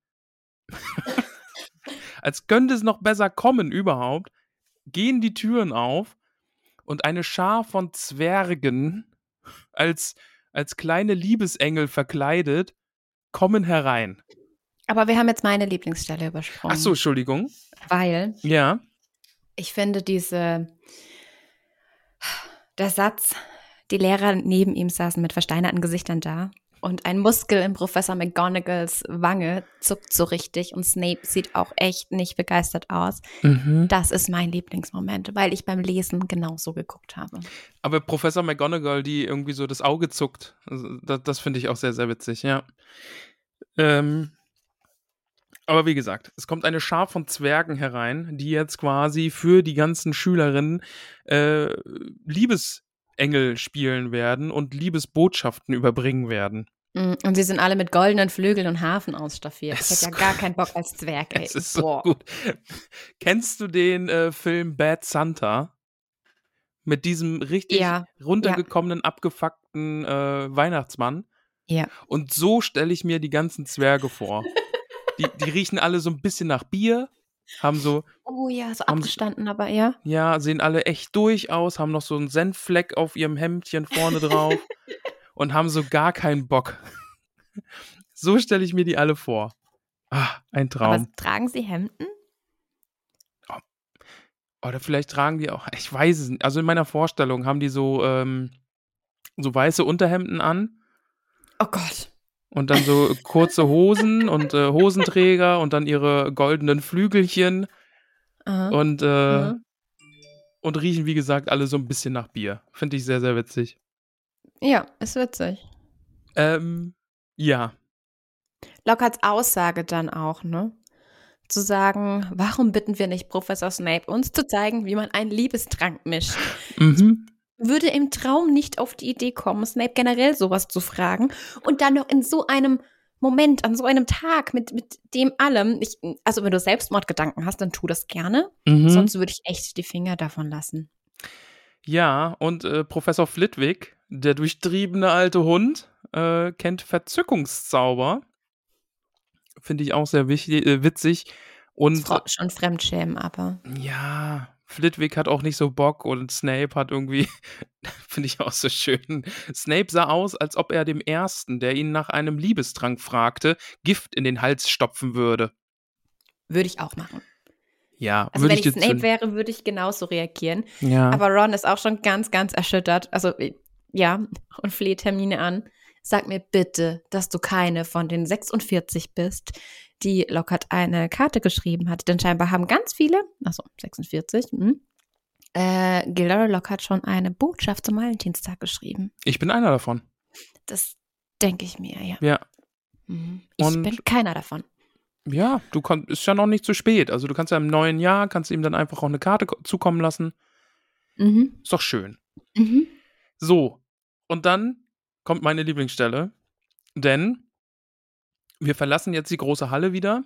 Als könnte es noch besser kommen überhaupt, gehen die Türen auf und eine Schar von Zwergen als, als kleine Liebesengel verkleidet kommen herein. Aber wir haben jetzt meine Lieblingsstelle übersprungen. Ach so, Entschuldigung. Weil Ja. ich finde diese, der Satz, die Lehrer neben ihm saßen mit versteinerten Gesichtern da und ein Muskel in Professor McGonagalls Wange zuckt so richtig und Snape sieht auch echt nicht begeistert aus. Mhm. Das ist mein Lieblingsmoment, weil ich beim Lesen genauso geguckt habe. Aber Professor McGonagall, die irgendwie so das Auge zuckt, also das, das finde ich auch sehr, sehr witzig, ja. Ähm, aber wie gesagt, es kommt eine Schar von Zwergen herein, die jetzt quasi für die ganzen Schülerinnen äh, Liebesengel spielen werden und Liebesbotschaften überbringen werden. Mm, Und sie sind alle mit goldenen Flügeln und Harfen ausstaffiert. Es Ich hätte ist ja gar keinen Bock als Zwerg, ey. Es ist so Boah. gut. Kennst du den äh, Film Bad Santa? Mit diesem richtig Ja, runtergekommenen, abgefuckten äh, Weihnachtsmann. Ja. Und so stelle ich mir die ganzen Zwerge vor. Die, die riechen alle so ein bisschen nach Bier, haben so, Oh ja, so Haben sie- abgestanden, aber ja. ja, sehen alle echt durch aus, haben noch so einen Senffleck auf ihrem Hemdchen vorne drauf und haben so gar keinen Bock. So stelle ich mir die alle vor. Ah, ein Traum. Aber tragen sie Hemden? Oder vielleicht tragen die auch, ich weiß es nicht. Also in meiner Vorstellung haben die so, ähm, so weiße Unterhemden an Oh Gott. und dann so kurze Hosen und äh, Hosenträger und dann ihre goldenen Flügelchen Aha. und, äh, Mhm. und riechen, wie gesagt, alle so ein bisschen nach Bier. Finde ich sehr, sehr witzig. Ja, ist witzig. Ähm, ja. Lockharts Aussage dann auch, ne? Zu sagen, warum bitten wir nicht Professor Snape, uns zu zeigen, wie man einen Liebestrank mischt? Mhm. Würde im Traum nicht auf die Idee kommen, Snape generell sowas zu fragen und dann noch in so einem Moment, an so einem Tag mit, mit dem allem. Ich, also wenn du Selbstmordgedanken hast, dann tu das gerne. Mhm. Sonst würde ich echt die Finger davon lassen. Ja, und äh, Professor Flitwick, der durchtriebene alte Hund, äh, kennt Verzückungszauber. Finde ich auch sehr wichtig, äh, witzig. Und Fra- schon Fremdschämen, aber. ja, Flitwick hat auch nicht so Bock und Snape hat irgendwie, finde ich auch so schön. Snape sah aus, als ob er dem Ersten, der ihn nach einem Liebestrank fragte, Gift in den Hals stopfen würde. Würde ich auch machen. Ja, Also würde wenn ich ich dir Snape zu- wäre, würde ich genauso reagieren. Ja. Aber Ron ist auch schon ganz, ganz erschüttert. Also ja, und fleht Hermine an. Sag mir bitte, dass du keine von den sechsundvierzig bist, die Lockhart eine Karte geschrieben hat. Denn scheinbar haben ganz viele, also sechsundvierzig, hm, äh, Gilderoy Lockhart schon eine Botschaft zum Valentinstag geschrieben. Ich bin einer davon. Das denke ich mir, ja. Ja. Mhm. Ich Und- bin keiner davon. Ja, du kannst, ist ja noch nicht zu spät. Also du kannst ja im neuen Jahr, kannst du ihm dann einfach auch eine Karte ko- zukommen lassen. Mhm. Ist doch schön. Mhm. So, und dann kommt meine Lieblingsstelle, denn wir verlassen jetzt die große Halle wieder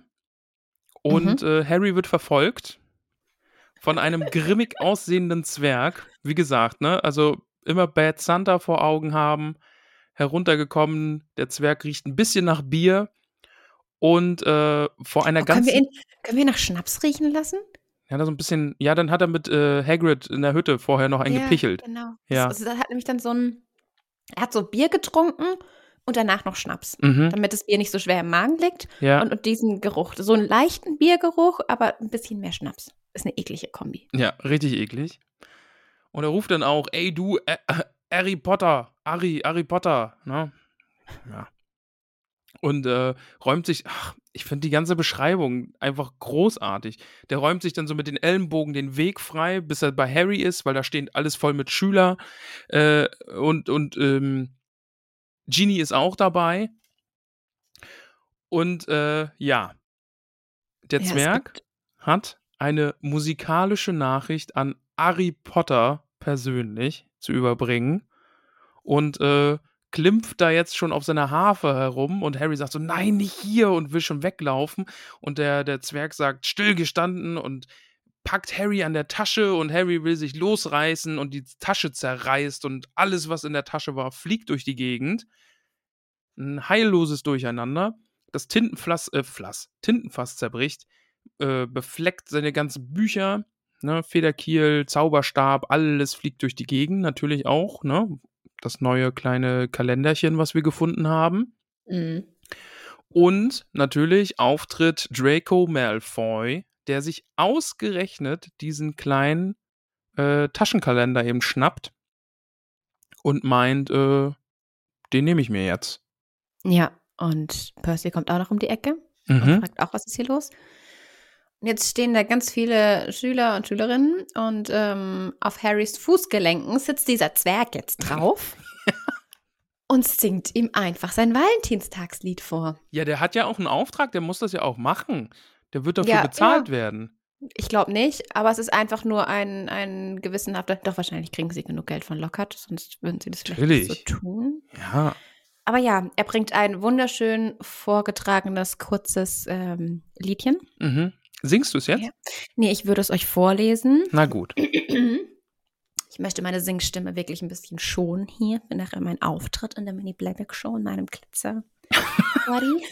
und Mhm. äh, Harry wird verfolgt von einem grimmig aussehenden Zwerg. Wie gesagt, ne, also immer Bad Santa vor Augen haben, heruntergekommen, der Zwerg riecht ein bisschen nach Bier und äh, vor einer Oh, können, ganzen... wir ihn, können wir ihn nach Schnaps riechen lassen? Ja, da so ein bisschen, ja, dann hat er mit äh, Hagrid in der Hütte vorher noch einen gepichelt. Genau. Ja. Das, also, das hat nämlich dann so ein, er hat so Bier getrunken und danach noch Schnaps, Mhm. damit das Bier nicht so schwer im Magen liegt Ja. und, und diesen Geruch, so einen leichten Biergeruch, aber ein bisschen mehr Schnaps. Ist eine eklige Kombi. Ja, richtig eklig. Und er ruft dann auch, ey du, Ä- Ä- Harry Potter, Harry, Harry Potter, ne? Ja. Und äh, räumt sich, ach, ich finde die ganze Beschreibung einfach großartig. Der räumt sich dann so mit den Ellenbogen den Weg frei, bis er bei Harry ist, weil da steht alles voll mit Schüler. Äh, und und ähm, Ginny ist auch dabei. Und äh, ja, der Ja, es Zwerg gibt- hat eine musikalische Nachricht an Harry Potter persönlich zu überbringen und äh, klimpft da jetzt schon auf seiner Harfe herum und Harry sagt so, nein, nicht hier und will schon weglaufen und der, der Zwerg sagt, stillgestanden und packt Harry an der Tasche und Harry will sich losreißen und die Tasche zerreißt und alles, was in der Tasche war, fliegt durch die Gegend. Ein heilloses Durcheinander. Das Tintenfass, äh, Fass, Tintenfass zerbricht, äh, befleckt seine ganzen Bücher, ne, Federkiel, Zauberstab, alles fliegt durch die Gegend, natürlich auch, ne, das neue kleine Kalenderchen, was wir gefunden haben. Mhm. Und natürlich Auftritt Draco Malfoy, der sich ausgerechnet diesen kleinen äh, Taschenkalender eben schnappt und meint, äh, den nehme ich mir jetzt. Ja, und Percy kommt auch noch um die Ecke Mhm. und fragt auch, was ist hier los? Und jetzt stehen da ganz viele Schüler und Schülerinnen und ähm, auf Harrys Fußgelenken sitzt dieser Zwerg jetzt drauf und singt ihm einfach sein Valentinstagslied vor. Ja, der hat ja auch einen Auftrag, der muss das ja auch machen. Der wird dafür Ja, bezahlt ja. werden. Ich glaube nicht, aber es ist einfach nur ein, ein gewissenhafter, doch wahrscheinlich kriegen sie genug Geld von Lockhart, sonst würden sie das vielleicht nicht so Natürlich. tun. Ja. Aber ja, er bringt ein wunderschön vorgetragenes, kurzes ähm, Liedchen. Mhm. Singst du es jetzt? Ja. Nee, ich würde es euch vorlesen. Na gut. Ich möchte meine Singstimme wirklich ein bisschen schonen hier für nachher mein Auftritt in der Mini-Playback-Show in meinem Glitzer. Body.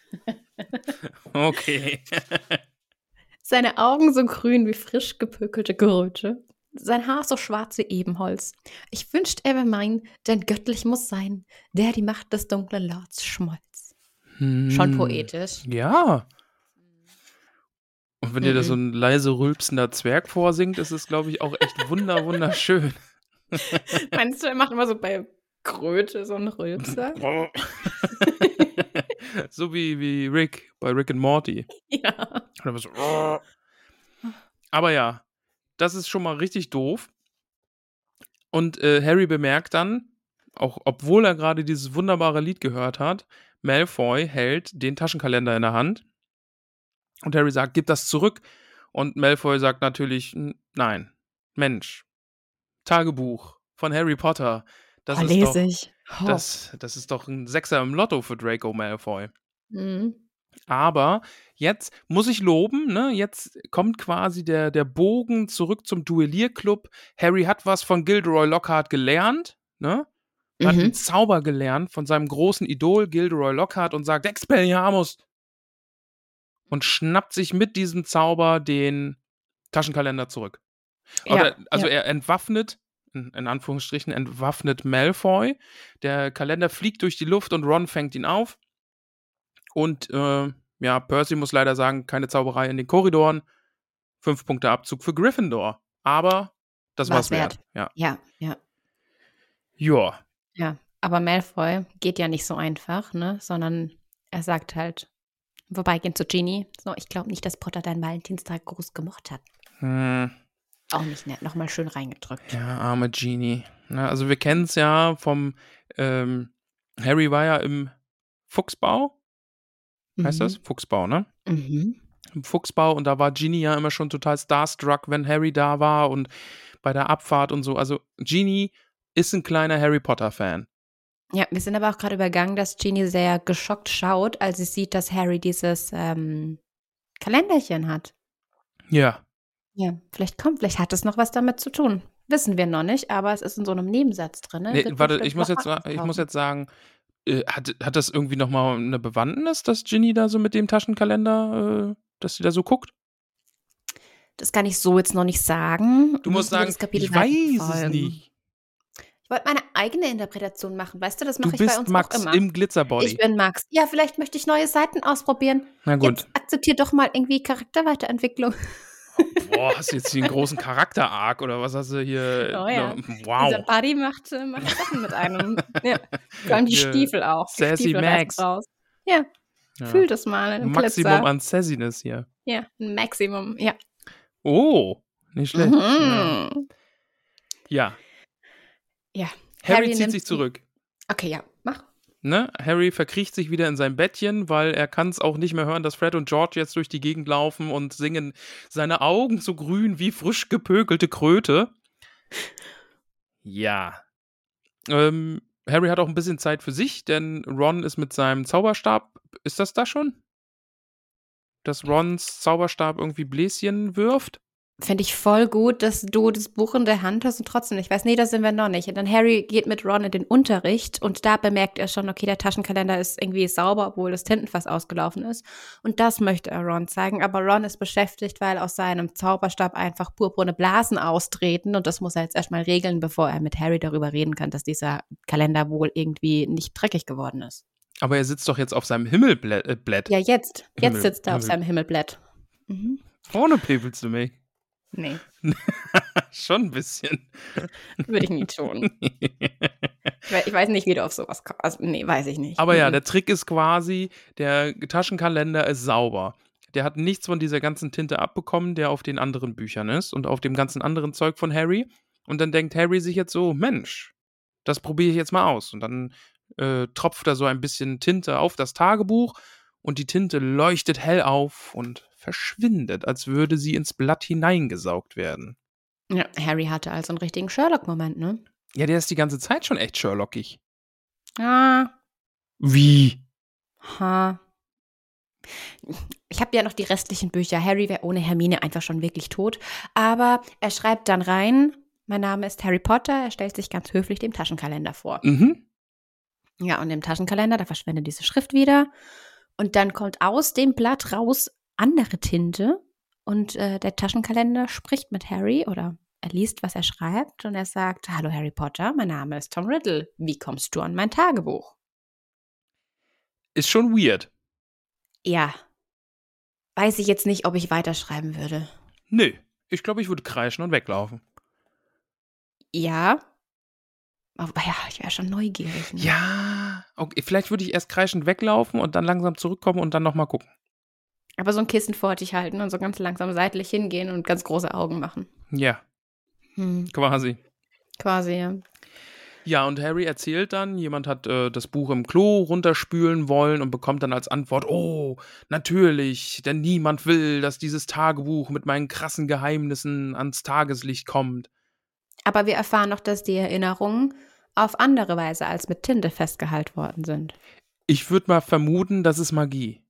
Okay. Seine Augen so grün wie frisch gepökelte Kröte. Sein Haar so schwarz wie Ebenholz. Ich wünscht, er wär mein, denn göttlich muss sein, der die Macht des dunklen Lords schmolz. Hm. Schon poetisch. Ja. Und wenn dir da Mhm. so ein leise rülpsender Zwerg vorsingt, ist es, glaube ich, auch echt wunder, wunderschön. Meinst du, er macht immer so bei Kröte so einen Rülpser? So wie, wie Rick bei Rick and Morty. Ja. Und dann so, aber ja, das ist schon mal richtig doof. Und äh, Harry bemerkt dann, auch obwohl er gerade dieses wunderbare Lied gehört hat, Malfoy hält den Taschenkalender in der Hand. Und Harry sagt, gib das zurück. Und Malfoy sagt natürlich, "N- nein, Mensch, Tagebuch von Harry Potter. Das, Oh, ist, lese doch, ich. Oh. das, das ist doch ein Sechser im Lotto für Draco Malfoy. Mhm. Aber jetzt muss ich loben, ne? Jetzt kommt quasi der, der Bogen zurück zum Duellierclub. Harry hat was von Gilderoy Lockhart gelernt, ne? Hat Mhm. einen Zauber gelernt von seinem großen Idol Gilderoy Lockhart und sagt Expelliarmus und schnappt sich mit diesem Zauber den Taschenkalender zurück. Oder, Ja, also ja. er entwaffnet, in, in Anführungsstrichen, entwaffnet Malfoy. Der Kalender fliegt durch die Luft und Ron fängt ihn auf. Und äh, ja, Percy muss leider sagen, keine Zauberei in den Korridoren. Fünf Punkte Abzug für Gryffindor. Aber das war's War's wert. wert. Ja. Ja, ja, Ja. ja. Aber Malfoy geht ja nicht so einfach, ne? Sondern er sagt halt, vorbeigehen zu Ginny. So, ich glaube nicht, dass Potter deinen Valentinstag groß gemocht hat. Hm, Auch nicht nett. Nochmal schön reingedrückt. ja, arme Genie. Na, also wir kennen es ja vom ähm, Harry war ja im Fuchsbau. Heißt das? Fuchsbau, ne? Mhm. Im Fuchsbau und da war Ginny ja immer schon total starstruck, wenn Harry da war und bei der Abfahrt und so. Also Ginny ist ein kleiner Harry Potter-Fan. Ja, wir sind aber auch gerade übergangen, dass Ginny sehr geschockt schaut, als sie sieht, dass Harry dieses ähm, Kalenderchen hat. Ja. Ja, vielleicht kommt, vielleicht hat es noch was damit zu tun. Wissen wir noch nicht, aber es ist in so einem Nebensatz drin. Ne? Nee, Wird warte, bestimmt ich muss, noch jetzt, sa- ich auftauchen. muss jetzt sagen, äh, hat, hat das irgendwie nochmal eine Bewandtnis, dass Ginny da so mit dem Taschenkalender, äh, dass sie da so guckt? Das kann ich so jetzt noch nicht sagen. Du musst Müssen wir sagen, das Kapitel ich weiß es weiterverfolgen. nicht. Ich wollte meine eigene Interpretation machen. Weißt du, das Du mache ich bei bist uns Max auch immer. im Ich Glitzerbody. bin Max. Ja, vielleicht möchte ich neue Seiten ausprobieren. Na gut. Jetzt akzeptiert doch mal irgendwie Charakterweiterentwicklung. Boah, hast du jetzt hier einen großen Charakter-Arc oder was hast du hier? Oh ja. Wow. Dieser Buddy macht, äh, macht Sachen mit einem. Ja. Vor allem die Hier, Stiefel auch. Die Sassy Stiefel reißen Max. raus. Ja, Ja. fühl das mal. Ein Maximum Glitzer. an Sassiness hier. Ja, ein Maximum. Ja. Oh, nicht schlecht. Ja. Mhm. ja. Ja. Harry, zieht nimmt sich die- zurück. Okay, ja, mach. Ne? Harry verkriecht sich wieder in sein Bettchen, weil er kann es auch nicht mehr hören, dass Fred und George jetzt durch die Gegend laufen und singen, seine Augen so grün wie frisch gepökelte Kröte. Ja. Ähm, Harry hat auch ein bisschen Zeit für sich, denn Ron ist mit seinem Zauberstab, ist das da schon? Dass Rons Zauberstab irgendwie Bläschen wirft? Finde ich voll gut, dass du das Buch in der Hand hast und trotzdem nicht weißt, nee, da sind wir noch nicht. Und dann Harry geht mit Ron in den Unterricht und da bemerkt er schon, okay, der Taschenkalender ist irgendwie sauber, obwohl das Tintenfass ausgelaufen ist. Und das möchte er Ron zeigen, aber Ron ist beschäftigt, weil aus seinem Zauberstab einfach purpurne Blasen austreten und das muss er jetzt erstmal regeln, bevor er mit Harry darüber reden kann, dass dieser Kalender wohl irgendwie nicht dreckig geworden ist. Aber er sitzt doch jetzt auf seinem Himmelblatt. Äh, Blatt. Ja, jetzt. Jetzt Himmel- sitzt er auf Himmel- seinem Himmelblatt. Mhm. Ohne Pebbles zu mich. Nee, Schon ein bisschen. würde ich nie tun. Ich we- ich weiß nicht, wie du auf sowas kommst. Also, nee, weiß ich nicht. Aber ja, Mhm. der Trick ist quasi, der Taschenkalender ist sauber. Der hat nichts von dieser ganzen Tinte abbekommen, der auf den anderen Büchern ist und auf dem ganzen anderen Zeug von Harry. Und dann denkt Harry sich jetzt so, Mensch, das probiere ich jetzt mal aus. Und dann äh, tropft er so ein bisschen Tinte auf das Tagebuch und die Tinte leuchtet hell auf und verschwindet, als würde sie ins Blatt hineingesaugt werden. Ja, Harry hatte also einen richtigen Sherlock-Moment, ne? Ja, der ist die ganze Zeit schon echt Sherlockig. Ah, Wie? ha. Ich habe ja noch die restlichen Bücher. Harry wäre ohne Hermine einfach schon wirklich tot. Aber er schreibt dann rein, mein Name ist Harry Potter. Er stellt sich ganz höflich dem Taschenkalender vor. Mhm. Ja, und im Taschenkalender, da verschwindet diese Schrift wieder. Und dann kommt aus dem Blatt raus andere Tinte. Und äh, der Taschenkalender spricht mit Harry oder er liest, was er schreibt. Und er sagt, hallo Harry Potter, mein Name ist Tom Riddle. Wie kommst du an mein Tagebuch? Ist schon weird. Ja, weiß ich jetzt nicht, ob ich weiterschreiben würde. Nö. Ich glaube, ich würde kreischen und weglaufen. Ja, aber ja, ich wäre schon neugierig. Ne? Ja, okay, vielleicht würde ich erst kreischend weglaufen und dann langsam zurückkommen und dann nochmal gucken. Aber so ein Kissen vor dich halten und so ganz langsam seitlich hingehen und ganz große Augen machen. Ja, Hm, quasi. quasi, ja. Ja, und Harry erzählt dann, jemand hat äh, das Buch im Klo runterspülen wollen und bekommt dann als Antwort, oh, natürlich, denn niemand will, dass dieses Tagebuch mit meinen krassen Geheimnissen ans Tageslicht kommt. Aber wir erfahren noch, dass die Erinnerungen auf andere Weise als mit Tinte festgehalten worden sind. Ich würde mal vermuten, das ist Magie.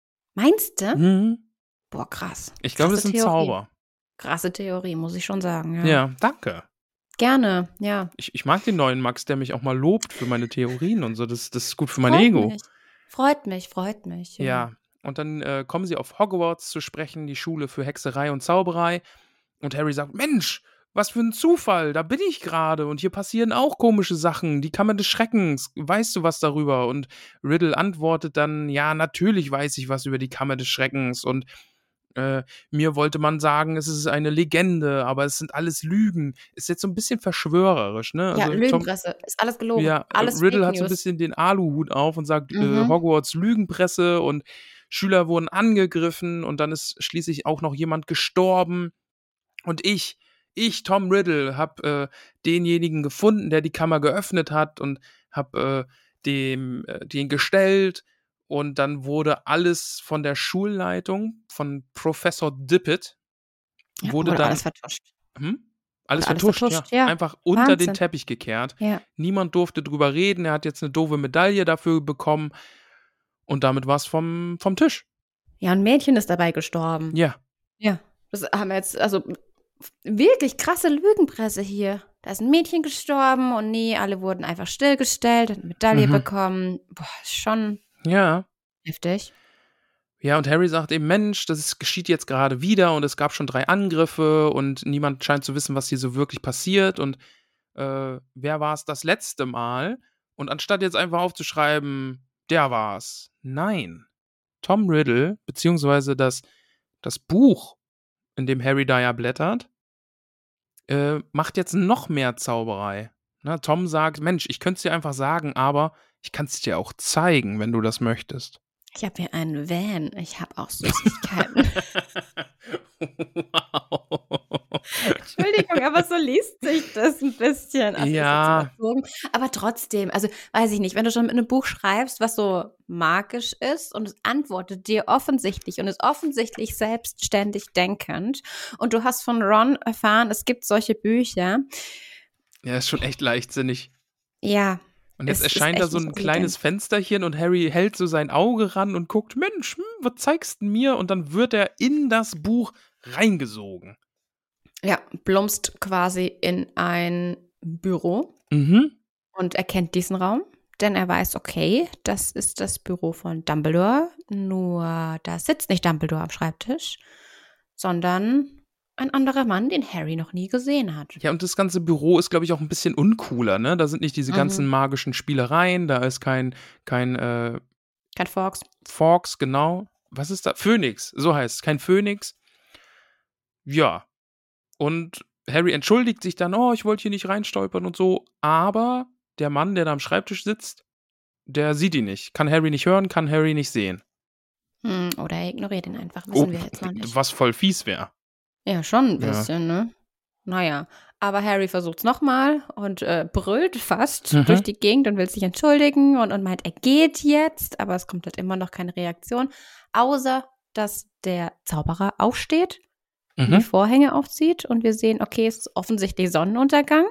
Meinst du? Mhm. Boah, krass. Ich glaube, das ist Krasse ein Theorie. Zauber. Krasse Theorie, muss ich schon sagen. Ja, Ja, danke. Gerne, ja. Ich, ich mag den neuen Max, der mich auch mal lobt für meine Theorien und so. Das, das ist gut für mein Freut Ego. Mich. Freut mich, freut mich. Ja, und dann äh, kommen sie auf Hogwarts zu sprechen, die Schule für Hexerei und Zauberei. Und Harry sagt, Mensch, was für ein Zufall, da bin ich gerade und hier passieren auch komische Sachen, die Kammer des Schreckens, weißt du was darüber? Und Riddle antwortet dann, ja, natürlich weiß ich was über die Kammer des Schreckens und äh, mir wollte man sagen, es ist eine Legende, aber es sind alles Lügen. Ist jetzt so ein bisschen verschwörerisch, ne? Ja, Also, Tom- Lügenpresse. Ist alles gelogen. ja, alles Riddle Fake hat so ein News. bisschen den Aluhut auf und sagt, äh, Mhm. Hogwarts Lügenpresse und Schüler wurden angegriffen und dann ist schließlich auch noch jemand gestorben. Und ich, ich, Tom Riddle, hab äh, denjenigen gefunden, der die Kammer geöffnet hat und hab äh, dem, äh, den gestellt. Und dann wurde alles von der Schulleitung, von Professor Dippet, Ja, wurde wurde dann alles vertuscht. hm? alles, alles vertuscht, vertuscht, ja. ja. Einfach unter den Wahnsinn. Teppich gekehrt. Ja. Niemand durfte drüber reden. Er hat jetzt eine doofe Medaille dafür bekommen. Und damit war es vom, vom Tisch. Ja, ein Mädchen ist dabei gestorben. Ja. Ja. Das haben wir jetzt, also wirklich krasse Lügenpresse hier. Da ist ein Mädchen gestorben und nee, alle wurden einfach stillgestellt, hat eine Medaille Mhm. bekommen. Boah, ist schon Ja. heftig. Ja, und Harry sagt eben, Mensch, das ist, geschieht jetzt gerade wieder und es gab schon drei Angriffe und niemand scheint zu wissen, was hier so wirklich passiert. Und äh, wer war es das letzte Mal? Und anstatt jetzt einfach aufzuschreiben, der war's. Nein. Tom Riddle, beziehungsweise das, das Buch, in dem Harry da ja blättert, äh, macht jetzt noch mehr Zauberei. Na, Tom sagt, Mensch, ich könnte es dir einfach sagen, aber ich kann es dir auch zeigen, wenn du das möchtest. Ich habe hier einen Van. Ich habe auch Süßigkeiten. Wow. Entschuldigung, aber so liest sich das ein bisschen. Also Ja. ist jetzt überzogen. Aber trotzdem, also weiß ich nicht, wenn du schon mit einem Buch schreibst, was so magisch ist und es antwortet dir offensichtlich und ist offensichtlich selbstständig denkend und du hast von Ron erfahren, es gibt solche Bücher. Ja, ist schon echt leichtsinnig. Ja. Und jetzt es ist erscheint da echt so nicht ein intelligent. kleines Fensterchen und Harry hält so sein Auge ran und guckt, Mensch, hm, was zeigst du mir? Und dann wird er in das Buch reingesogen. Ja, plumpst quasi in ein Büro Mhm. und erkennt diesen Raum, denn er weiß, okay, das ist das Büro von Dumbledore, nur da sitzt nicht Dumbledore am Schreibtisch, sondern ein anderer Mann, den Harry noch nie gesehen hat. Ja, und das ganze Büro ist, glaube ich, auch ein bisschen uncooler, ne? Da sind nicht diese Mhm. ganzen magischen Spielereien, da ist kein, kein äh, Kein Fox. Forks, genau. Was ist da? Phönix, so heißt es. Kein Phönix. Ja. Und Harry entschuldigt sich dann, oh, ich wollte hier nicht reinstolpern und so. Aber der Mann, der da am Schreibtisch sitzt, der sieht ihn nicht. Kann Harry nicht hören, kann Harry nicht sehen. Hm, oder er ignoriert ihn einfach, wissen Oh, wir jetzt noch nicht. was voll fies wäre. Ja, schon ein Ja. bisschen, ne? Naja, aber Harry versucht's nochmal und äh, brüllt fast Mhm. durch die Gegend und will sich entschuldigen und, und meint, er geht jetzt, aber es kommt halt immer noch keine Reaktion, außer dass der Zauberer aufsteht, die Mhm. Vorhänge aufzieht und wir sehen, okay, es ist offensichtlich Sonnenuntergang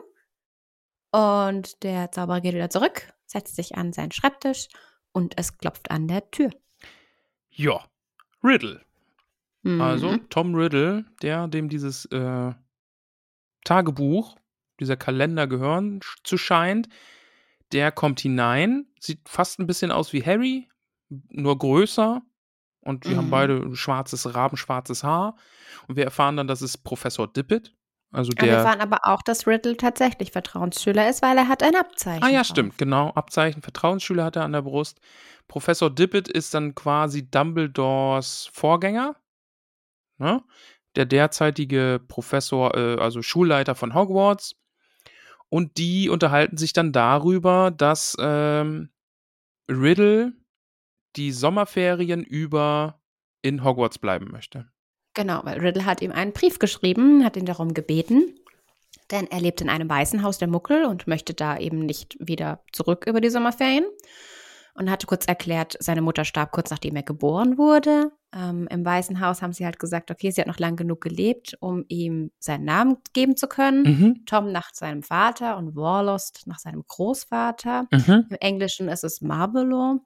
und der Zauberer geht wieder zurück, setzt sich an seinen Schreibtisch und es klopft an der Tür. Ja. Riddle. Mhm. Also Tom Riddle, der dem dieses äh, Tagebuch, dieser Kalender gehören sch- zu scheint, der kommt hinein, sieht fast ein bisschen aus wie Harry, nur größer und die haben Mhm. beide schwarzes, rabenschwarzes Haar und wir erfahren dann, dass es Professor Dippet, also Aber wir der, erfahren aber auch, dass Riddle tatsächlich Vertrauensschüler ist, weil er hat ein Abzeichen. ah ja, drauf. stimmt, genau, Abzeichen, Vertrauensschüler hat er an der Brust. Professor Dippet ist dann quasi Dumbledores Vorgänger, ne? Der derzeitige Professor, äh, also Schulleiter von Hogwarts. Und die unterhalten sich dann darüber, dass ähm, Riddle die Sommerferien über in Hogwarts bleiben möchte. Genau, weil Riddle hat ihm einen Brief geschrieben, hat ihn darum gebeten, denn er lebt in einem Waisenhaus der Muggel und möchte da eben nicht wieder zurück über die Sommerferien. Und hatte kurz erklärt, seine Mutter starb kurz nachdem er geboren wurde. Ähm, Im Waisenhaus haben sie halt gesagt, okay, sie hat noch lang genug gelebt, um ihm seinen Namen geben zu können. Mhm. Tom nach seinem Vater und Warlost nach seinem Großvater. Mhm. Im Englischen ist es Marlborough.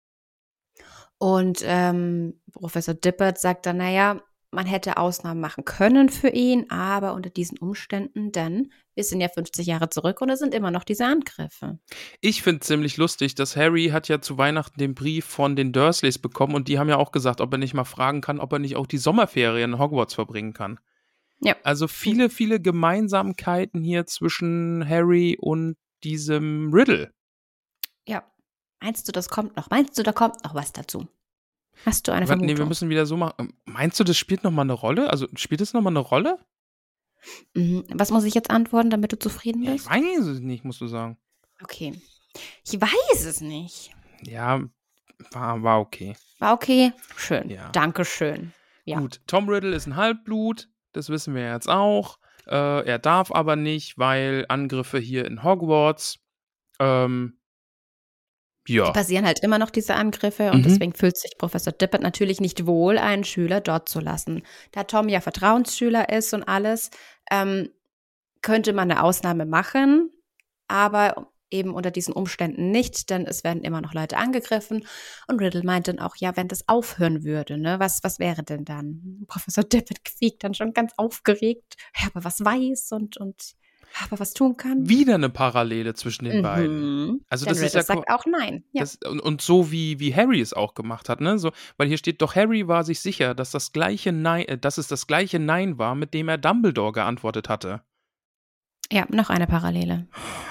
Und ähm, Professor Dippet sagt dann, naja, man hätte Ausnahmen machen können für ihn, aber unter diesen Umständen, denn wir sind ja fünfzig Jahre zurück und es sind immer noch diese Angriffe. Ich finde es ziemlich lustig, dass Harry hat ja zu Weihnachten den Brief von den Dursleys bekommen und die haben ja auch gesagt, ob er nicht mal fragen kann, ob er nicht auch die Sommerferien in Hogwarts verbringen kann. Ja. Also viele, viele Gemeinsamkeiten hier zwischen Harry und diesem Riddle. Ja. Meinst du, das kommt noch? Meinst du, da kommt noch was dazu? Hast du eine Warte, Vermutung? nee, wir müssen wieder so machen. Meinst du, das spielt nochmal eine Rolle? Also spielt es nochmal eine Rolle? Mhm. Was muss ich jetzt antworten, damit du zufrieden Ja, ich bist? weiß es nicht, musst du sagen. Okay. Ich weiß es nicht. Ja, war, war okay. War okay? Schön. Ja. Dankeschön. Ja. Gut, Tom Riddle ist ein Halbblut, das wissen wir jetzt auch. Äh, er darf aber nicht, weil Angriffe hier in Hogwarts. Ähm, ja. Die passieren halt immer noch diese Angriffe und Mhm. deswegen fühlt sich Professor Dippet natürlich nicht wohl, einen Schüler dort zu lassen. Da Tom ja Vertrauensschüler ist und alles, ähm, könnte man eine Ausnahme machen, aber eben unter diesen Umständen nicht, denn es werden immer noch Leute angegriffen. Und Riddle meint dann auch, ja, wenn das aufhören würde, ne, was, was wäre denn dann? Professor Dippet quiekt dann schon ganz aufgeregt, ja, aber was weiß und, und aber was tun kann. Wieder eine Parallele zwischen den beiden. Mhm. Also Denn das ist Riddle ja sagt auch nein. Ja. Das, und, und so wie, wie Harry es auch gemacht hat, ne? So, weil hier steht, doch Harry war sich sicher, dass das gleiche Nein, äh, dass es das gleiche Nein war, mit dem er Dumbledore geantwortet hatte. Ja, noch eine Parallele.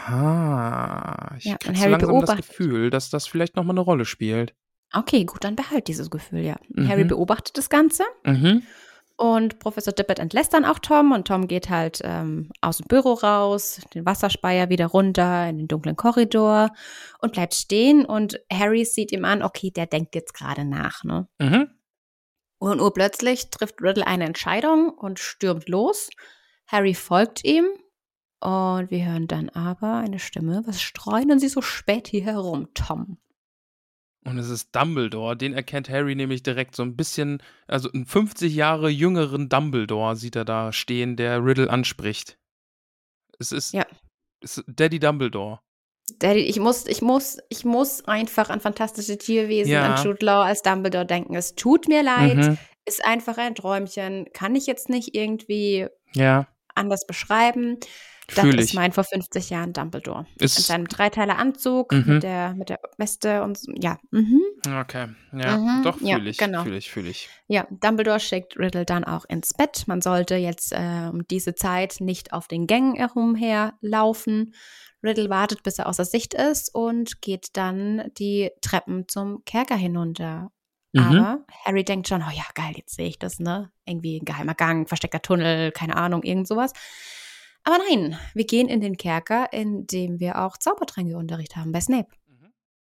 Ah, ich Ja, krieg und so Harry langsam das beobachtet. Gefühl, dass das vielleicht nochmal eine Rolle spielt. Okay, gut, dann behalt dieses Gefühl, ja. Mhm. Harry beobachtet das Ganze Mhm. und Professor Dippet entlässt dann auch Tom und Tom geht halt ähm, aus dem Büro raus, den Wasserspeier wieder runter in den dunklen Korridor und bleibt stehen und Harry sieht ihm an, okay, der denkt jetzt gerade nach, ne? Mhm. Und urplötzlich trifft Riddle eine Entscheidung und stürmt los. Harry folgt ihm und wir hören dann aber eine Stimme. Was streunen Sie so spät hier herum, Tom? Und es ist Dumbledore, den erkennt Harry nämlich direkt so ein bisschen, also einen fünfzig Jahre jüngeren Dumbledore sieht er da stehen, der Riddle anspricht. Es ist, Ja. es ist Daddy Dumbledore. Daddy, ich muss, ich muss, ich muss einfach an fantastische Tierwesen, Ja. an Jude Law als Dumbledore denken. Es tut mir leid, Mhm. ist einfach ein Träumchen, kann ich jetzt nicht irgendwie Ja, anders beschreiben. Das fühle ist ich. mein vor fünfzig Jahren Dumbledore. Ist- In seinem Dreiteiler-Anzug Mhm. mit der, mit der Weste und so. Ja, mhm. Okay, ja, Mhm, doch ja, fühle ich, genau. fühle ich, fühle ich. Ja, Dumbledore schickt Riddle dann auch ins Bett. Man sollte jetzt äh, um diese Zeit nicht auf den Gängen herumherlaufen. Riddle wartet, bis er außer Sicht ist und geht dann die Treppen zum Kerker hinunter. Mhm. Aber Harry denkt schon, oh ja, geil, jetzt sehe ich das, ne? Irgendwie ein geheimer Gang, versteckter Tunnel, keine Ahnung, irgend sowas. Aber nein, wir gehen in den Kerker, in dem wir auch Zaubertränkeunterricht haben bei Snape. Mhm.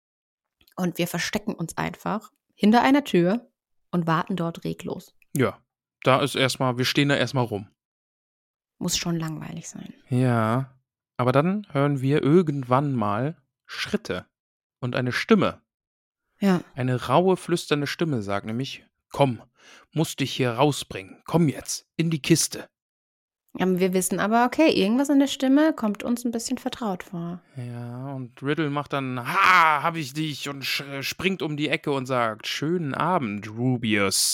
Und wir verstecken uns einfach hinter einer Tür und warten dort reglos. Ja, da ist erstmal, wir stehen da erstmal rum. Muss schon langweilig sein. Ja, aber dann hören wir irgendwann mal Schritte und eine Stimme. Ja. Eine raue, flüsternde Stimme sagt nämlich, komm, musst dich hier rausbringen. Komm jetzt, in die Kiste. Ja, wir wissen aber, okay, irgendwas in der Stimme kommt uns ein bisschen vertraut vor. Ja, und Riddle macht dann, ha, hab ich dich, und sch- springt um die Ecke und sagt, schönen Abend, Rubius.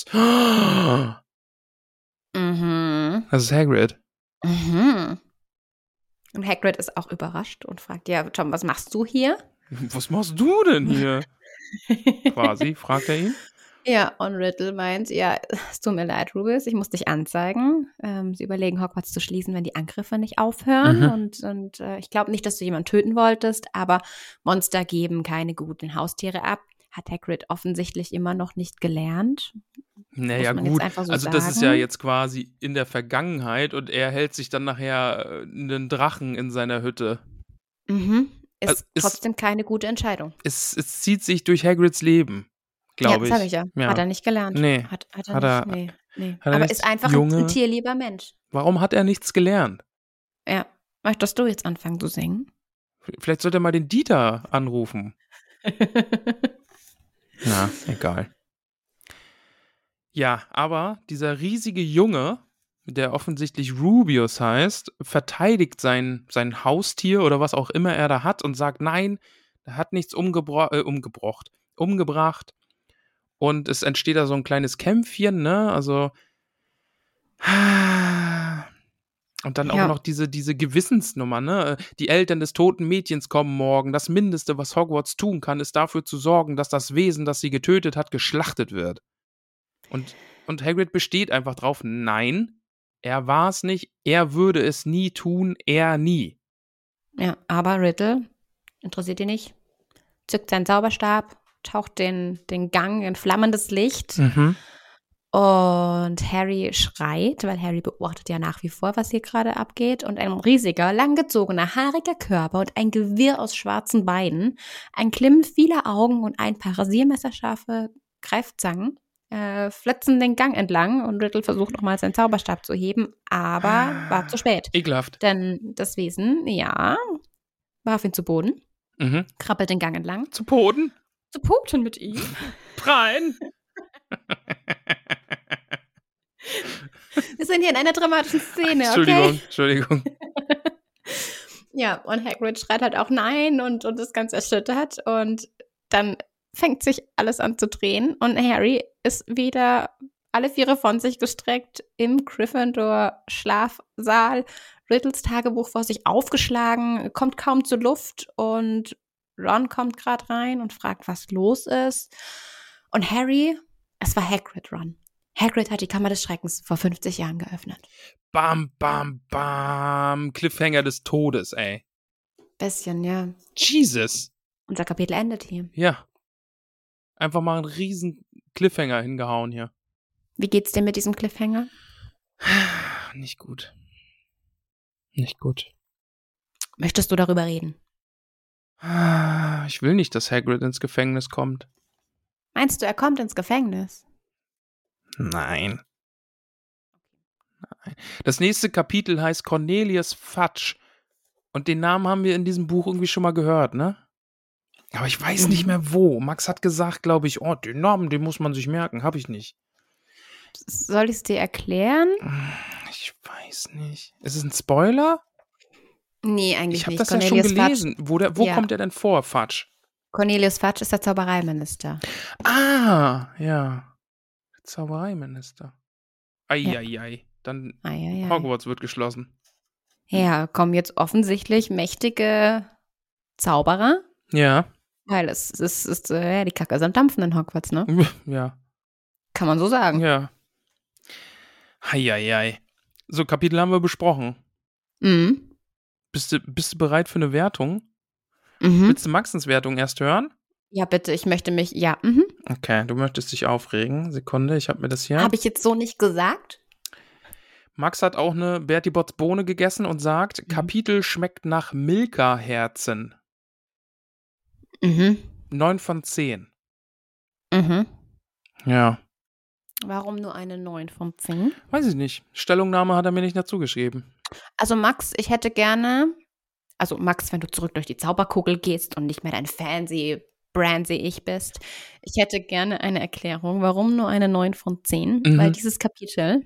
Mhm. Das ist Hagrid. Mhm. Und Hagrid ist auch überrascht und fragt, ja, Tom, was machst du hier? Was machst du denn hier? Quasi, fragt er ihn. Ja, und Riddle meint, ja, es tut mir leid, Rubius, ich muss dich anzeigen. Ähm, sie überlegen, Hogwarts zu schließen, wenn die Angriffe nicht aufhören. Mhm. Und, und äh, ich glaube nicht, dass du jemanden töten wolltest, aber Monster geben keine guten Haustiere ab. Hat Hagrid offensichtlich immer noch nicht gelernt. Naja, man jetzt gut. einfach so Also, das ist ja sagen. jetzt quasi in der Vergangenheit und er hält sich dann nachher äh, einen Drachen in seiner Hütte. Mhm. Ist Also, ist- trotzdem keine gute Entscheidung. Es, es zieht sich durch Hagrids Leben, Ja, glaube das ich. habe ich ja. Ja. Hat er nicht gelernt. Nee. Hat, hat er Hat nicht. er- nee, nee. hat er Aber nicht ist einfach Junge- ein, ein tierlieber Mensch. Warum hat er nichts gelernt? Ja. Möchtest du jetzt anfangen zu singen? Vielleicht sollte er mal den Dieter anrufen. Na, egal. Ja, aber dieser riesige Junge, der offensichtlich Rubius heißt, verteidigt sein, sein Haustier oder was auch immer er da hat und sagt, nein, er hat nichts umgebro äh, umgebrocht, umgebracht. Und es entsteht da so ein kleines Kämpfchen, ne? Also. Und dann auch Ja. noch diese, diese Gewissensnummer, ne? Die Eltern des toten Mädchens kommen morgen. Das Mindeste, was Hogwarts tun kann, ist dafür zu sorgen, dass das Wesen, das sie getötet hat, geschlachtet wird. Und, und Hagrid besteht einfach drauf, nein, er war es nicht, er würde es nie tun, er nie. Ja, aber Riddle, interessiert ihn nicht, zückt seinen Zauberstab, taucht den, den Gang in flammendes Licht Mhm. und Harry schreit, weil Harry beobachtet ja nach wie vor, was hier gerade abgeht und ein riesiger, langgezogener, haariger Körper und ein Gewirr aus schwarzen Beinen, ein Klimmen vieler Augen und ein paar rasiermesserscharfe Greifzangen äh, flitzen den Gang entlang und Riddle versucht nochmal seinen Zauberstab zu heben, aber war zu spät. Ekelhaft. Denn das Wesen, ja, warf ihn zu Boden, Mhm. krabbelt den Gang entlang, Zu Boden. zu Punkten mit ihm. Rein. Wir sind hier in einer dramatischen Szene, Entschuldigung, okay? Entschuldigung. Ja, und Hagrid schreit halt auch nein und, und ist ganz erschüttert und dann fängt sich alles an zu drehen und Harry ist wieder alle Viere von sich gestreckt im Gryffindor-Schlafsaal, Riddles Tagebuch vor sich aufgeschlagen, kommt kaum zur Luft und Ron kommt gerade rein und fragt, was los ist. Und Harry, es war Hagrid, Ron. Hagrid hat die Kammer des Schreckens vor fünfzig Jahren geöffnet. Bam, bam, bam. Cliffhanger des Todes, ey. Bisschen, ja. Jesus. Unser Kapitel endet hier. Ja. Einfach mal einen riesen Cliffhanger hingehauen hier. Wie geht's dir mit diesem Cliffhanger? Nicht gut. Nicht gut. Möchtest du darüber reden? Ich will nicht, dass Hagrid ins Gefängnis kommt. Meinst du, er kommt ins Gefängnis? Nein. Nein. Das nächste Kapitel heißt Cornelius Fudge. Und den Namen haben wir in diesem Buch irgendwie schon mal gehört, ne? Aber ich weiß nicht mehr wo. Max hat gesagt, glaube ich, oh, den Namen, den muss man sich merken. Hab ich nicht. Soll ich es dir erklären? Ich weiß nicht. Ist es ein Spoiler? Nee, eigentlich Ich habe nicht. das Cornelius ja schon gelesen. Fudge, Wo, der, wo Ja. kommt der denn vor, Fudge? Cornelius Fudge ist der Zaubereiminister. Ah, ja. Zaubereiminister. Eieiei. Dann Ah, ja, ja. Hogwarts wird geschlossen. Ja, kommen jetzt offensichtlich mächtige Zauberer, Ja. weil es, es ist, äh, die Kacke ist am Dampfen in Hogwarts, ne? Ja. Kann man so sagen. Ja. Eieiei. So, Kapitel haben wir besprochen. Mhm. Bist du, bist du bereit für eine Wertung? Mhm. Willst du Maxens Wertung erst hören? Ja, bitte, ich möchte mich, ja, mhm. Okay, du möchtest dich aufregen. Sekunde, ich habe mir das hier. Habe ich jetzt so nicht gesagt? Max hat auch eine Bertie Botts Bohne gegessen und sagt, Mhm. Kapitel schmeckt nach Milka-Herzen. Mhm. Neun von zehn. Mhm. Ja. Warum nur eine neun von zehn? Weiß ich nicht. Stellungnahme hat er mir nicht dazu geschrieben. Also Max, ich hätte gerne, also Max, wenn du zurück durch die Zauberkugel gehst und nicht mehr dein fancy Brandy ich bist, ich hätte gerne eine Erklärung, warum nur eine neun von zehn, Mhm. weil dieses Kapitel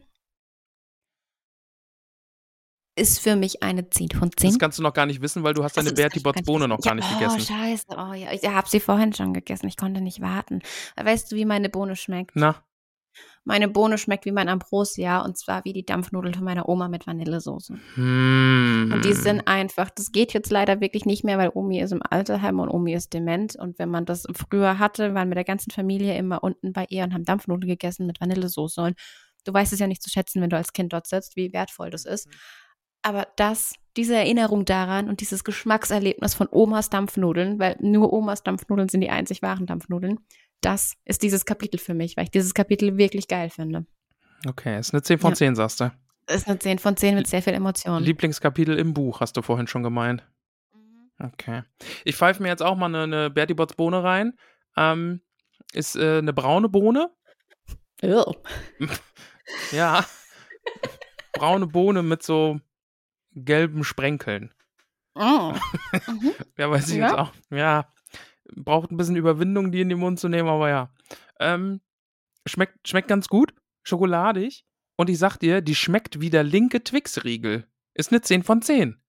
ist für mich eine zehn von zehn. Das kannst du noch gar nicht wissen, weil du hast deine Also, das Bertie kann ich Botts ganz Bohne wissen. noch gar Ja, nicht oh, gegessen. scheiße, oh ja, ich habe sie vorhin schon gegessen, ich konnte nicht warten. Weißt du, wie meine Bohne schmeckt? Na, Meine Bohne schmeckt wie mein Ambrosia und zwar wie die Dampfnudeln von meiner Oma mit Vanillesoße. hm. Und die sind einfach, das geht jetzt leider wirklich nicht mehr, weil Omi ist im Altersheim und Omi ist dement. Und wenn man das früher hatte, waren wir mit der ganzen Familie immer unten bei ihr und haben Dampfnudeln gegessen mit Vanillesoße. Und du weißt es ja nicht zu schätzen, wenn du als Kind dort sitzt, wie wertvoll das ist. Aber das, diese Erinnerung daran und dieses Geschmackserlebnis von Omas Dampfnudeln, weil nur Omas Dampfnudeln sind die einzig wahren Dampfnudeln, das ist dieses Kapitel für mich, weil ich dieses Kapitel wirklich geil finde. Okay, ist eine zehn von Ja. zehn, sagst du. Das ist eine zehn von zehn mit sehr viel Emotion. Lieblingskapitel im Buch, hast du vorhin schon gemeint. Okay. Ich pfeife mir jetzt auch mal eine, eine Bertie Botts Bohne rein. Ähm, ist äh, eine braune Bohne. Ew. Ja. Braune Bohne mit so gelben Sprenkeln. Mm. Ja, weiß ich Ja? jetzt auch. Ja. Braucht ein bisschen Überwindung, die in den Mund zu nehmen, aber ja. Ähm, schmeckt, schmeckt ganz gut. Schokoladig. Und ich sag dir, die schmeckt wie der linke Twix-Riegel. Ist eine zehn von zehn.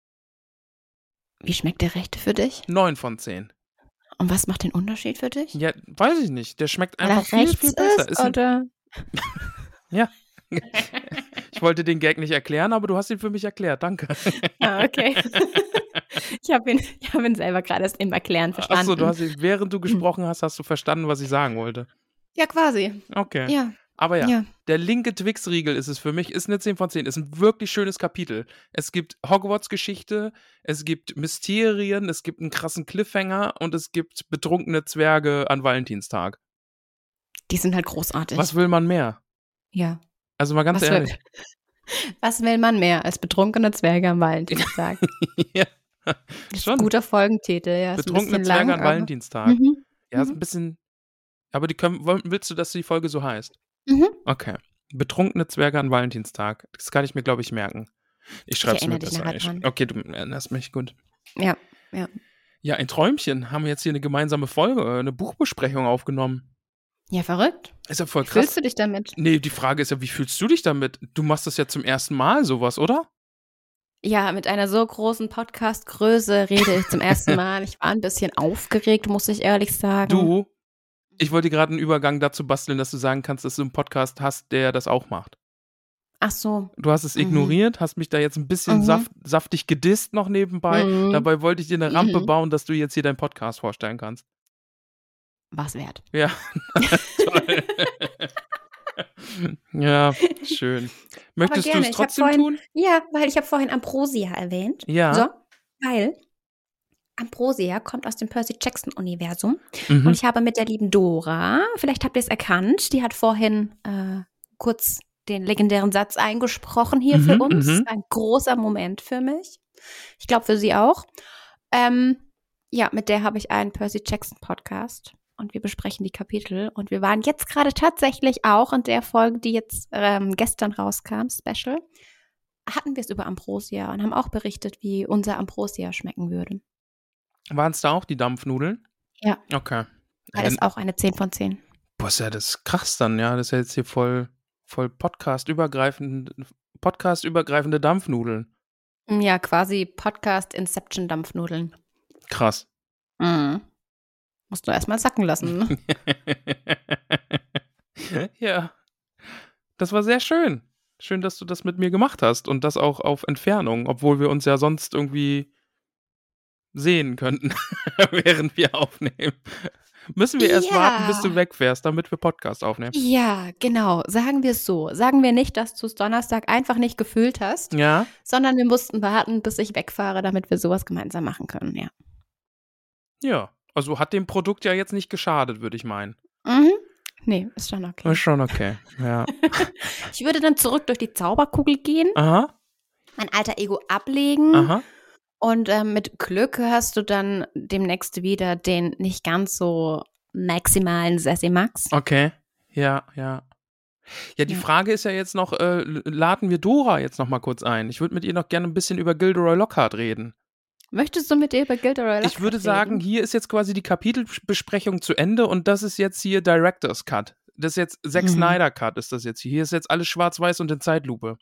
Wie schmeckt der rechte für dich? neun von zehn. Und was macht den Unterschied für dich? Ja, weiß ich nicht. Der schmeckt Weil er einfach viel, rechts viel besser. ist, ein, oder? ja. Ich wollte den Gag nicht erklären, aber du hast ihn für mich erklärt. Danke. Ah, okay. ich habe ihn, ich hab ihn selber gerade erst im Erklären verstanden. Achso, du hast ihn, während du gesprochen hast, hast du verstanden, was ich sagen wollte. Ja, quasi. Okay. Ja. Aber ja, Ja. der linke Twix-Riegel ist es für mich, ist eine zehn von zehn. Ist ein wirklich schönes Kapitel. Es gibt Hogwarts-Geschichte, es gibt Mysterien, es gibt einen krassen Cliffhanger und es gibt betrunkene Zwerge an Valentinstag. Die sind halt großartig. Was will man mehr? Ja. Also mal ganz Was ehrlich. Will, was will man mehr als betrunkene Zwerge am Valentinstag? ja, Das ist schon. ein guter Folgentitel, ja. Ist ein Betrunkene bisschen Zwerge lang, an aber- Valentinstag. Mhm. Ja, ist Mhm. ein bisschen. Aber die können, wollen- willst du, dass die Folge so heißt? Mhm. Okay. Betrunkene Zwerge an Valentinstag. Das kann ich mir, glaube ich, merken. Ich schreibe es mir erinnere dich besser. nachher Ich, dran. okay, du erinnerst mich gut. Ja, ja. Ja, ein Träumchen haben wir jetzt hier eine gemeinsame Folge, äh, eine Buchbesprechung aufgenommen. Ja, verrückt. Ist ja voll Wie fühlst krass. du dich damit? Nee, die Frage ist ja, wie fühlst du dich damit? Du machst das ja zum ersten Mal, sowas, oder? Ja, mit einer so großen Podcast-Größe rede ich zum ersten Mal. Ich war ein bisschen aufgeregt, muss ich ehrlich sagen. Du, ich wollte gerade einen Übergang dazu basteln, dass du sagen kannst, dass du einen Podcast hast, der das auch macht. Ach so. Du hast es Mhm. ignoriert, hast mich da jetzt ein bisschen Mhm. saft, saftig gedisst noch nebenbei. Mhm. Dabei wollte ich dir eine Rampe Mhm. bauen, dass du jetzt hier deinen Podcast vorstellen kannst. Was wert. Ja, toll. Ja, schön. Möchtest du gerne. es Ich hab trotzdem vorhin, tun? Ja, weil ich habe vorhin Ambrosia erwähnt. Ja. So, weil Ambrosia kommt aus dem Percy Jackson-Universum. Mhm. Und ich habe mit der lieben Dora, vielleicht habt ihr es erkannt, die hat vorhin äh, kurz den legendären Satz eingesprochen hier Mhm, für uns. mhm. Ein großer Moment für mich. Ich glaube für sie auch. Ähm, ja, mit der habe ich einen Percy Jackson-Podcast. Und wir besprechen die Kapitel. Und wir waren jetzt gerade tatsächlich auch in der Folge, die jetzt ähm, gestern rauskam, Special, hatten wir es über Ambrosia und haben auch berichtet, wie unser Ambrosia schmecken würde. Waren es da auch die Dampfnudeln? Ja. Okay. Das ist auch eine zehn von zehn. Boah, ist ja das krass dann, ja. Das ist ja jetzt hier voll, voll Podcast-übergreifend, Podcast-übergreifende Dampfnudeln. Ja, quasi Podcast-Inception-Dampfnudeln. Krass. Mhm. Musst du erstmal sacken lassen. Ne? Ja. Das war sehr schön. Schön, dass du das mit mir gemacht hast und das auch auf Entfernung, obwohl wir uns ja sonst irgendwie sehen könnten, während wir aufnehmen. Müssen wir erst Ja. warten, bis du wegfährst, damit wir Podcast aufnehmen. Ja, genau. Sagen wir es so. Sagen wir nicht, dass du es Donnerstag einfach nicht gefühlt hast, Ja? sondern wir mussten warten, bis ich wegfahre, damit wir sowas gemeinsam machen können, ja. Ja. Also hat dem Produkt ja jetzt nicht geschadet, würde ich meinen. Mhm. Nee, ist schon okay. Ist schon okay. Ja. Ich würde dann zurück durch die Zauberkugel gehen, Aha. mein alter Ego ablegen Aha. und ähm, mit Glück hast du dann demnächst wieder den nicht ganz so maximalen Sassy-Max. Okay. Ja, ja. Ja, die Ja. Frage ist ja jetzt noch, äh, laden wir Dora jetzt noch mal kurz ein? Ich würde mit ihr noch gerne ein bisschen über Gilderoy Lockhart reden. Möchtest du mit dir über Gilderoy Lockhart Ich würde reden? sagen, hier ist jetzt quasi die Kapitelbesprechung zu Ende und das ist jetzt hier Director's Cut. Das ist jetzt Zack Mhm. Snyder Cut, ist das jetzt hier. Hier ist jetzt alles schwarz-weiß und in Zeitlupe.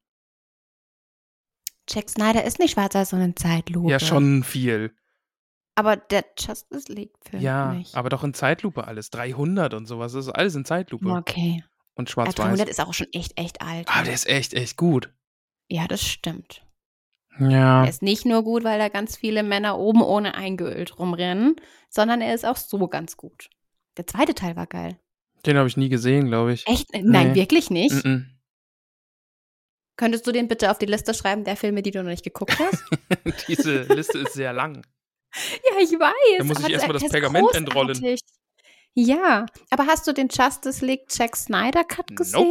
Zack Snyder ist nicht schwarz als so eine Zeitlupe. Ja, schon viel. Aber der Justice League-Film Ja, nicht. aber doch in Zeitlupe alles. dreihundert und sowas, das ist alles in Zeitlupe. Okay. Und Ja, schwarz-weiß. dreihundert ist auch schon echt, echt alt. Ah, der ist echt, echt gut. Ja, das stimmt. Ja. Er ist nicht nur gut, weil da ganz viele Männer oben ohne eingeölt rumrennen, sondern er ist auch so ganz gut. Der zweite Teil war geil. Den habe ich nie gesehen, glaube ich. Echt? Nein, Nee. wirklich nicht? Mm-mm. Könntest du den bitte auf die Liste schreiben, der Filme, die du noch nicht geguckt hast? Diese Liste ist sehr lang. Ja, ich weiß. Da muss ich aber erstmal das er ist Pergament entrollen. großartig. Ja, aber hast du den Justice League Zack Snyder Cut gesehen?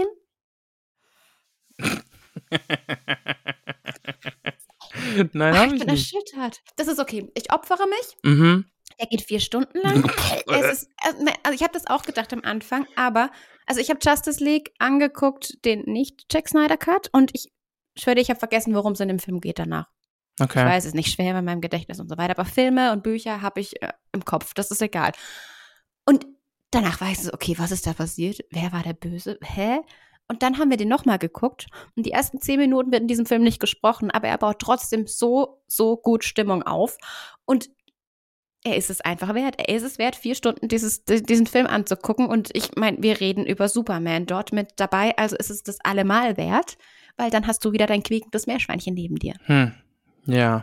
Nein, Ach, habe ich ich bin nicht. erschüttert. Das ist okay. Ich opfere mich. Mhm. Der geht vier Stunden lang. es ist, also ne, also ich habe das auch gedacht am Anfang, aber also ich habe Justice League angeguckt, den nicht Zack Snyder Cut, und ich schwöre dir, ich habe vergessen, worum es in dem Film geht danach. Okay. Ich weiß, es ist nicht schwer bei meinem Gedächtnis und so weiter, aber Filme und Bücher habe ich äh, im Kopf, das ist egal. Und danach weiß ich, okay, was ist da passiert? Wer war der Böse? Hä? Und dann haben wir den nochmal geguckt und die ersten zehn Minuten wird in diesem Film nicht gesprochen, aber er baut trotzdem so, so gut Stimmung auf und er ist es einfach wert. Er ist es wert, vier Stunden dieses, diesen Film anzugucken, und ich meine, wir reden über Superman dort mit dabei, also ist es das allemal wert, weil dann hast du wieder dein quiekendes Meerschweinchen neben dir. Hm. Ja.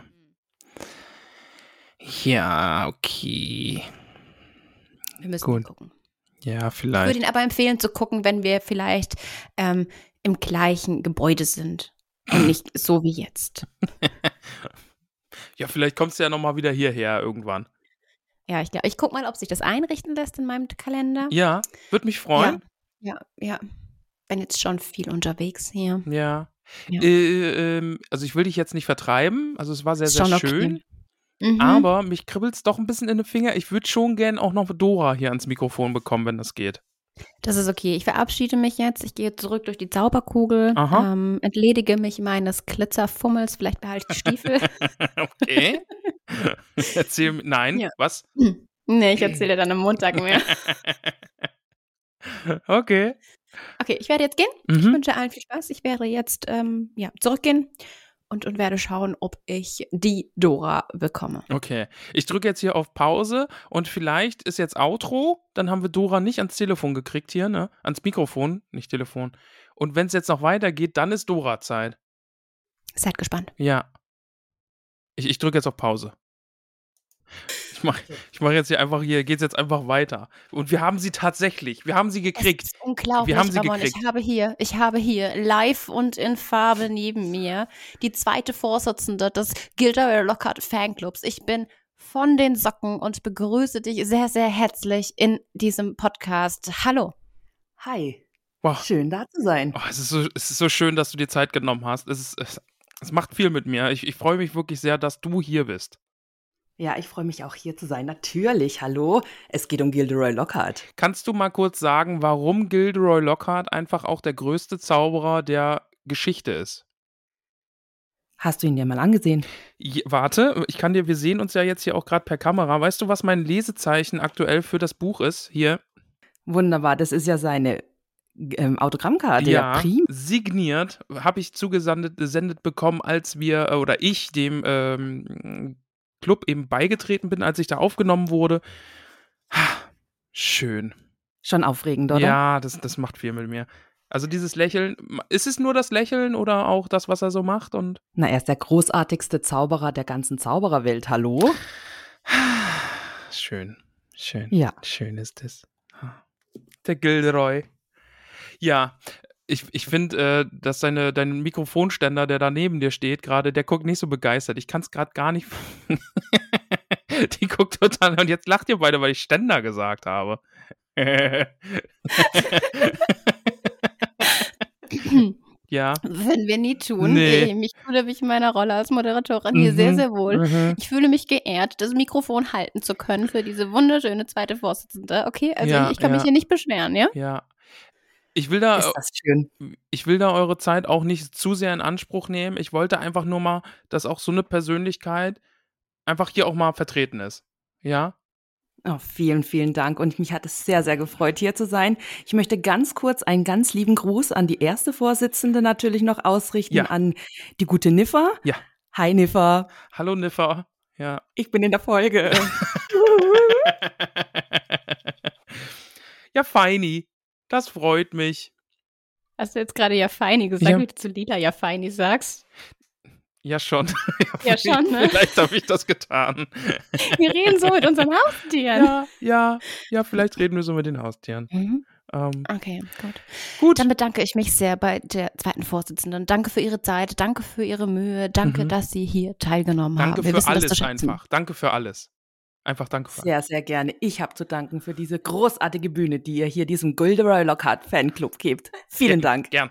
Ja, okay. Wir müssen Gut. ihn gucken. Ja, Ich würde vielleicht. ihn aber empfehlen zu gucken, wenn wir vielleicht ähm, im gleichen Gebäude sind und nicht so wie jetzt. Ja, vielleicht kommst du ja nochmal wieder hierher irgendwann. Ja, ich, ich gucke mal, ob sich das einrichten lässt in meinem Kalender. Ja, würde mich freuen. Ja, ja. Bin jetzt schon viel unterwegs hier. Ja. Ja. Äh, ähm, also ich will dich jetzt nicht vertreiben. Also es war sehr, Ist sehr schon okay. schön. Mhm. Aber mich kribbelt es doch ein bisschen in den Finger. Ich würde schon gern auch noch Dora hier ans Mikrofon bekommen, wenn das geht. Das ist okay. Ich verabschiede mich jetzt. Ich gehe zurück durch die Zauberkugel, Aha. ähm, entledige mich meines Glitzerfummels. Vielleicht behalte ich die Stiefel. Okay. Erzähl mir. Nein, Ja. was? Nee, ich erzähle dann am Montag mehr. Okay. Okay, ich werde jetzt gehen. Ich Mhm. wünsche allen viel Spaß. Ich werde jetzt ähm, ja, zurückgehen und, und werde schauen, ob ich die Dora bekomme. Okay. Ich drücke jetzt hier auf Pause und vielleicht ist jetzt Outro. Dann haben wir Dora nicht ans Telefon gekriegt hier, ne? Ans Mikrofon, nicht Telefon. Und wenn es jetzt noch weitergeht, dann ist Dora-Zeit. Seid gespannt. Ja. Ich, ich drücke jetzt auf Pause. Ich mache ich mach jetzt hier einfach, hier geht's jetzt einfach weiter. Und wir haben sie tatsächlich, wir haben sie gekriegt. Es ist unglaublich, Wir haben sie Ramon. gekriegt. Ich habe hier, ich habe hier live und in Farbe neben mir die zweite Vorsitzende des Gilderoy Lockhart Fanclubs. Ich bin von den Socken und begrüße dich sehr, sehr herzlich in diesem Podcast. Hallo. Hi. Wow. Schön, da zu sein. Oh, es, ist so, es ist so schön, dass du dir Zeit genommen hast. Es, ist, es, es macht viel mit mir. Ich, ich freue mich wirklich sehr, dass du hier bist. Ja, ich freue mich auch hier zu sein. Natürlich, hallo. Es geht um Gilderoy Lockhart. Kannst du mal kurz sagen, warum Gilderoy Lockhart einfach auch der größte Zauberer der Geschichte ist? Hast du ihn dir mal angesehen? Je, warte, ich kann dir, wir sehen uns ja jetzt hier auch gerade per Kamera. Weißt du, was mein Lesezeichen aktuell für das Buch ist? Hier. Wunderbar, das ist ja seine ähm, Autogrammkarte. Ja, Ja, prim. signiert habe ich zugesendet gesendet bekommen, als wir, äh, oder ich dem ähm, Club eben beigetreten bin, als ich da aufgenommen wurde. Schön. Schon aufregend, oder? Ja, das, das macht viel mit mir. Also dieses Lächeln, ist es nur das Lächeln oder auch das, was er so macht? Und Na, er ist der großartigste Zauberer der ganzen Zaubererwelt. Hallo? schön, schön, Ja. schön ist es. Der Gilderoy. Ja, ich, ich finde, äh, dass seine, dein Mikrofonständer, der da neben dir steht, gerade, der guckt nicht so begeistert. Ich kann es gerade gar nicht. Die guckt total. Und jetzt lacht ihr beide, weil ich Ständer gesagt habe. Ja. Würden wir nie tun. Nee. Ich fühle mich in meiner Rolle als Moderatorin hier Mhm, sehr, sehr wohl. mhm. Ich fühle mich geehrt, das Mikrofon halten zu können für diese wunderschöne zweite Vorsitzende. Okay, also Ja, ich, ich kann mich ja. hier nicht beschweren, ja? Ja. Ich will da. Ist das schön. Ich will da eure Zeit auch nicht zu sehr in Anspruch nehmen. Ich wollte einfach nur mal, dass auch so eine Persönlichkeit einfach hier auch mal vertreten ist. Ja? Oh, vielen, vielen Dank. Und mich hat es sehr, sehr gefreut, hier zu sein. Ich möchte ganz kurz einen ganz lieben Gruß an die erste Vorsitzende natürlich noch ausrichten, Ja. an die gute Niffer. Ja. Hi, Niffer. Hallo Niffer. Ja. Ich bin in der Folge. Ja, feini. Das freut mich. Hast du jetzt gerade ja feini gesagt, Ja. wie du zu Lila ja feini sagst? Ja, schon. Ja, schon, ne? Vielleicht habe ich das getan. Wir reden so mit unseren Haustieren. Ja, ja, ja, vielleicht reden wir so mit den Haustieren. Mhm. Ähm, Okay, gut. gut. Dann bedanke ich mich sehr bei der zweiten Vorsitzenden. Danke für Ihre Zeit, danke für Ihre Mühe, danke, Mhm. dass Sie hier teilgenommen Danke haben. Wir für wissen das alles zu schätzen. einfach. Danke für alles. Einfach danke für alles. Sehr, sehr gerne. Ich habe zu danken für diese großartige Bühne, die ihr hier diesem Gilderoy Lockhart Fanclub gebt. Vielen Dank. Gern.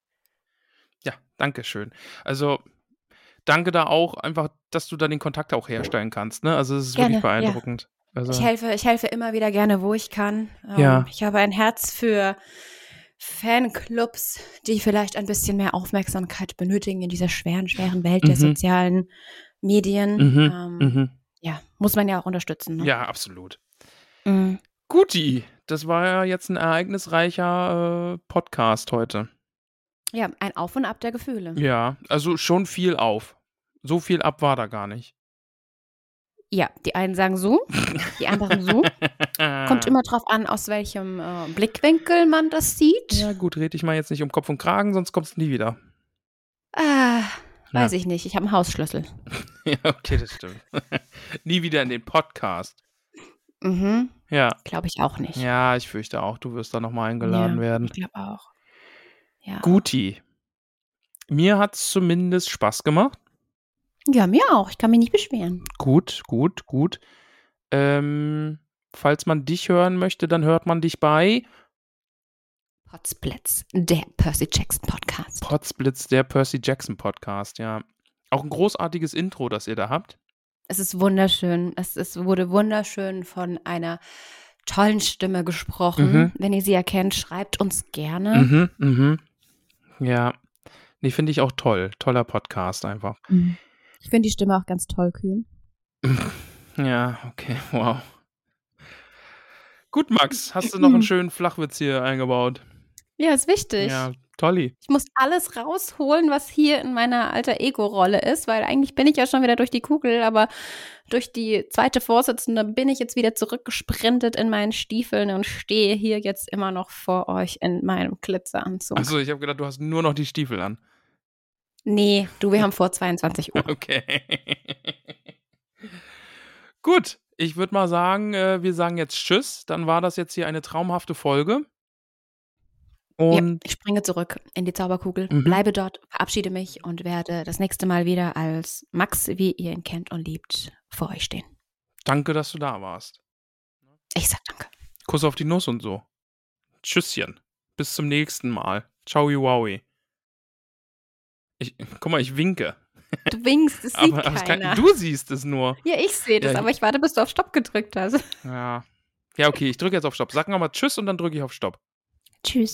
Ja, danke schön. Also, danke da auch einfach, dass du da den Kontakt auch herstellen kannst. Ne? Also, es ist Gerne, wirklich ja. beeindruckend. Also, Ich helfe, ich helfe immer wieder gerne, wo ich kann. Ähm, Ja. Ich habe ein Herz für Fanclubs, die vielleicht ein bisschen mehr Aufmerksamkeit benötigen in dieser schweren, schweren Welt der Mhm. sozialen Medien. Mhm, Ähm, mhm. Ja, muss man ja auch unterstützen. Ne? Ja, absolut. Mhm. Guti, das war ja jetzt ein ereignisreicher äh, Podcast heute. Ja, ein Auf und Ab der Gefühle. Ja, also schon viel auf. So viel ab war da gar nicht. Ja, die einen sagen so, die anderen so. Kommt immer drauf an, aus welchem äh, Blickwinkel man das sieht. Ja, gut, red ich mal jetzt nicht um Kopf und Kragen, sonst kommst du nie wieder. Ah, weiß Ja. ich nicht. Ich habe einen Hausschlüssel. Ja, okay, das stimmt. Nie wieder in den Podcast. Mhm. Ja. Glaube ich auch nicht. Ja, ich fürchte auch, du wirst da nochmal eingeladen Ja, werden. Ich glaube auch. Ja. Guti. Mir hat's zumindest Spaß gemacht. Ja, mir auch. Ich kann mich nicht beschweren. Gut, gut, gut. Ähm, falls man dich hören möchte, dann hört man dich bei Potsblitz, der Percy Jackson Podcast. Potsblitz, der Percy Jackson Podcast, ja. Auch ein großartiges Intro, das ihr da habt. Es ist wunderschön. Es, es wurde wunderschön von einer tollen Stimme gesprochen. Mhm. Wenn ihr sie erkennt, schreibt uns gerne. Mhm, mhm. Ja. Nee, finde ich auch toll. Toller Podcast einfach. Mhm. Ich finde die Stimme auch ganz toll, Kühn. Ja, okay, wow. Gut, Max, hast du noch einen schönen Flachwitz hier eingebaut? Ja, ist wichtig. Ja, tolli. Ich muss alles rausholen, was hier in meiner Alter-Ego-Rolle ist, weil eigentlich bin ich ja schon wieder durch die Kugel, aber durch die zweite Vorsitzende bin ich jetzt wieder zurückgesprintet in meinen Stiefeln und stehe hier jetzt immer noch vor euch in meinem Glitzeranzug. Achso, ich habe gedacht, du hast nur noch die Stiefel an. Nee, du, wir haben vor zweiundzwanzig Uhr. Okay. Gut, ich würde mal sagen, äh, wir sagen jetzt Tschüss. Dann war das jetzt hier eine traumhafte Folge. Und ja, ich springe zurück in die Zauberkugel, Mhm. bleibe dort, verabschiede mich und werde das nächste Mal wieder als Max, wie ihr ihn kennt und liebt, vor euch stehen. danke, dass du da warst. Ich sag danke. Kuss auf die Nuss und so. Tschüsschen. Bis zum nächsten Mal. Ciao, wowi. Ich, guck mal, ich winke. Du winkst, es sieht Aber, aber es keiner. kann, du siehst es nur. Ja, ich sehe das, Ja, aber ich warte, bis du auf Stopp gedrückt hast. Ja. Ja, okay, ich drücke jetzt auf Stopp. Sag nochmal Tschüss und dann drücke ich auf Stopp. Tschüss.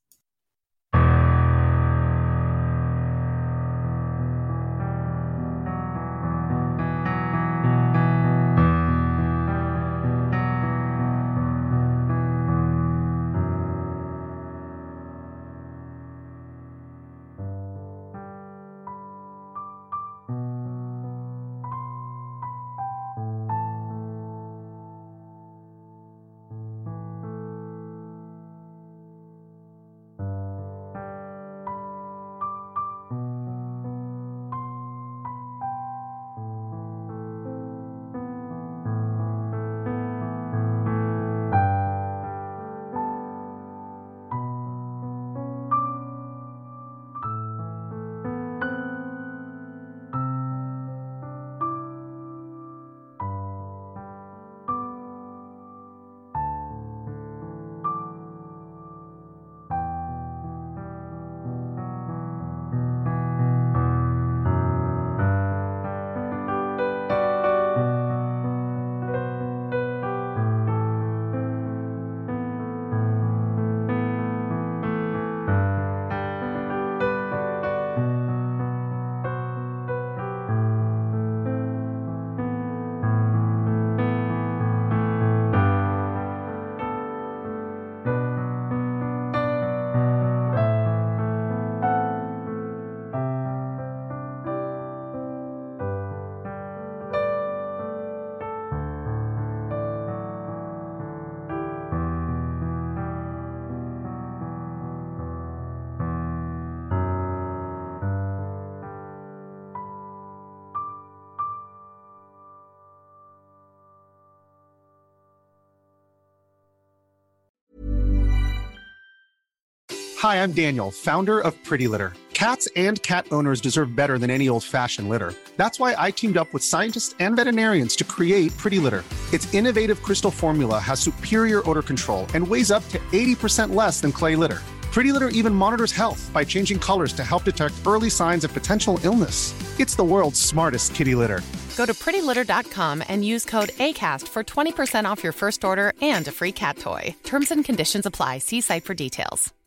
Hi, I'm Daniel, founder of Pretty Litter. Cats and cat owners deserve better than any old-fashioned litter. That's why I teamed up with scientists and veterinarians to create Pretty Litter. Its innovative crystal formula has superior odor control and weighs up to eighty percent less than clay litter. Pretty Litter even monitors health by changing colors to help detect early signs of potential illness. It's the world's smartest kitty litter. Go to pretty litter dot com and use code ACAST for twenty percent off your first order and a free cat toy. Terms and conditions apply. See site for details.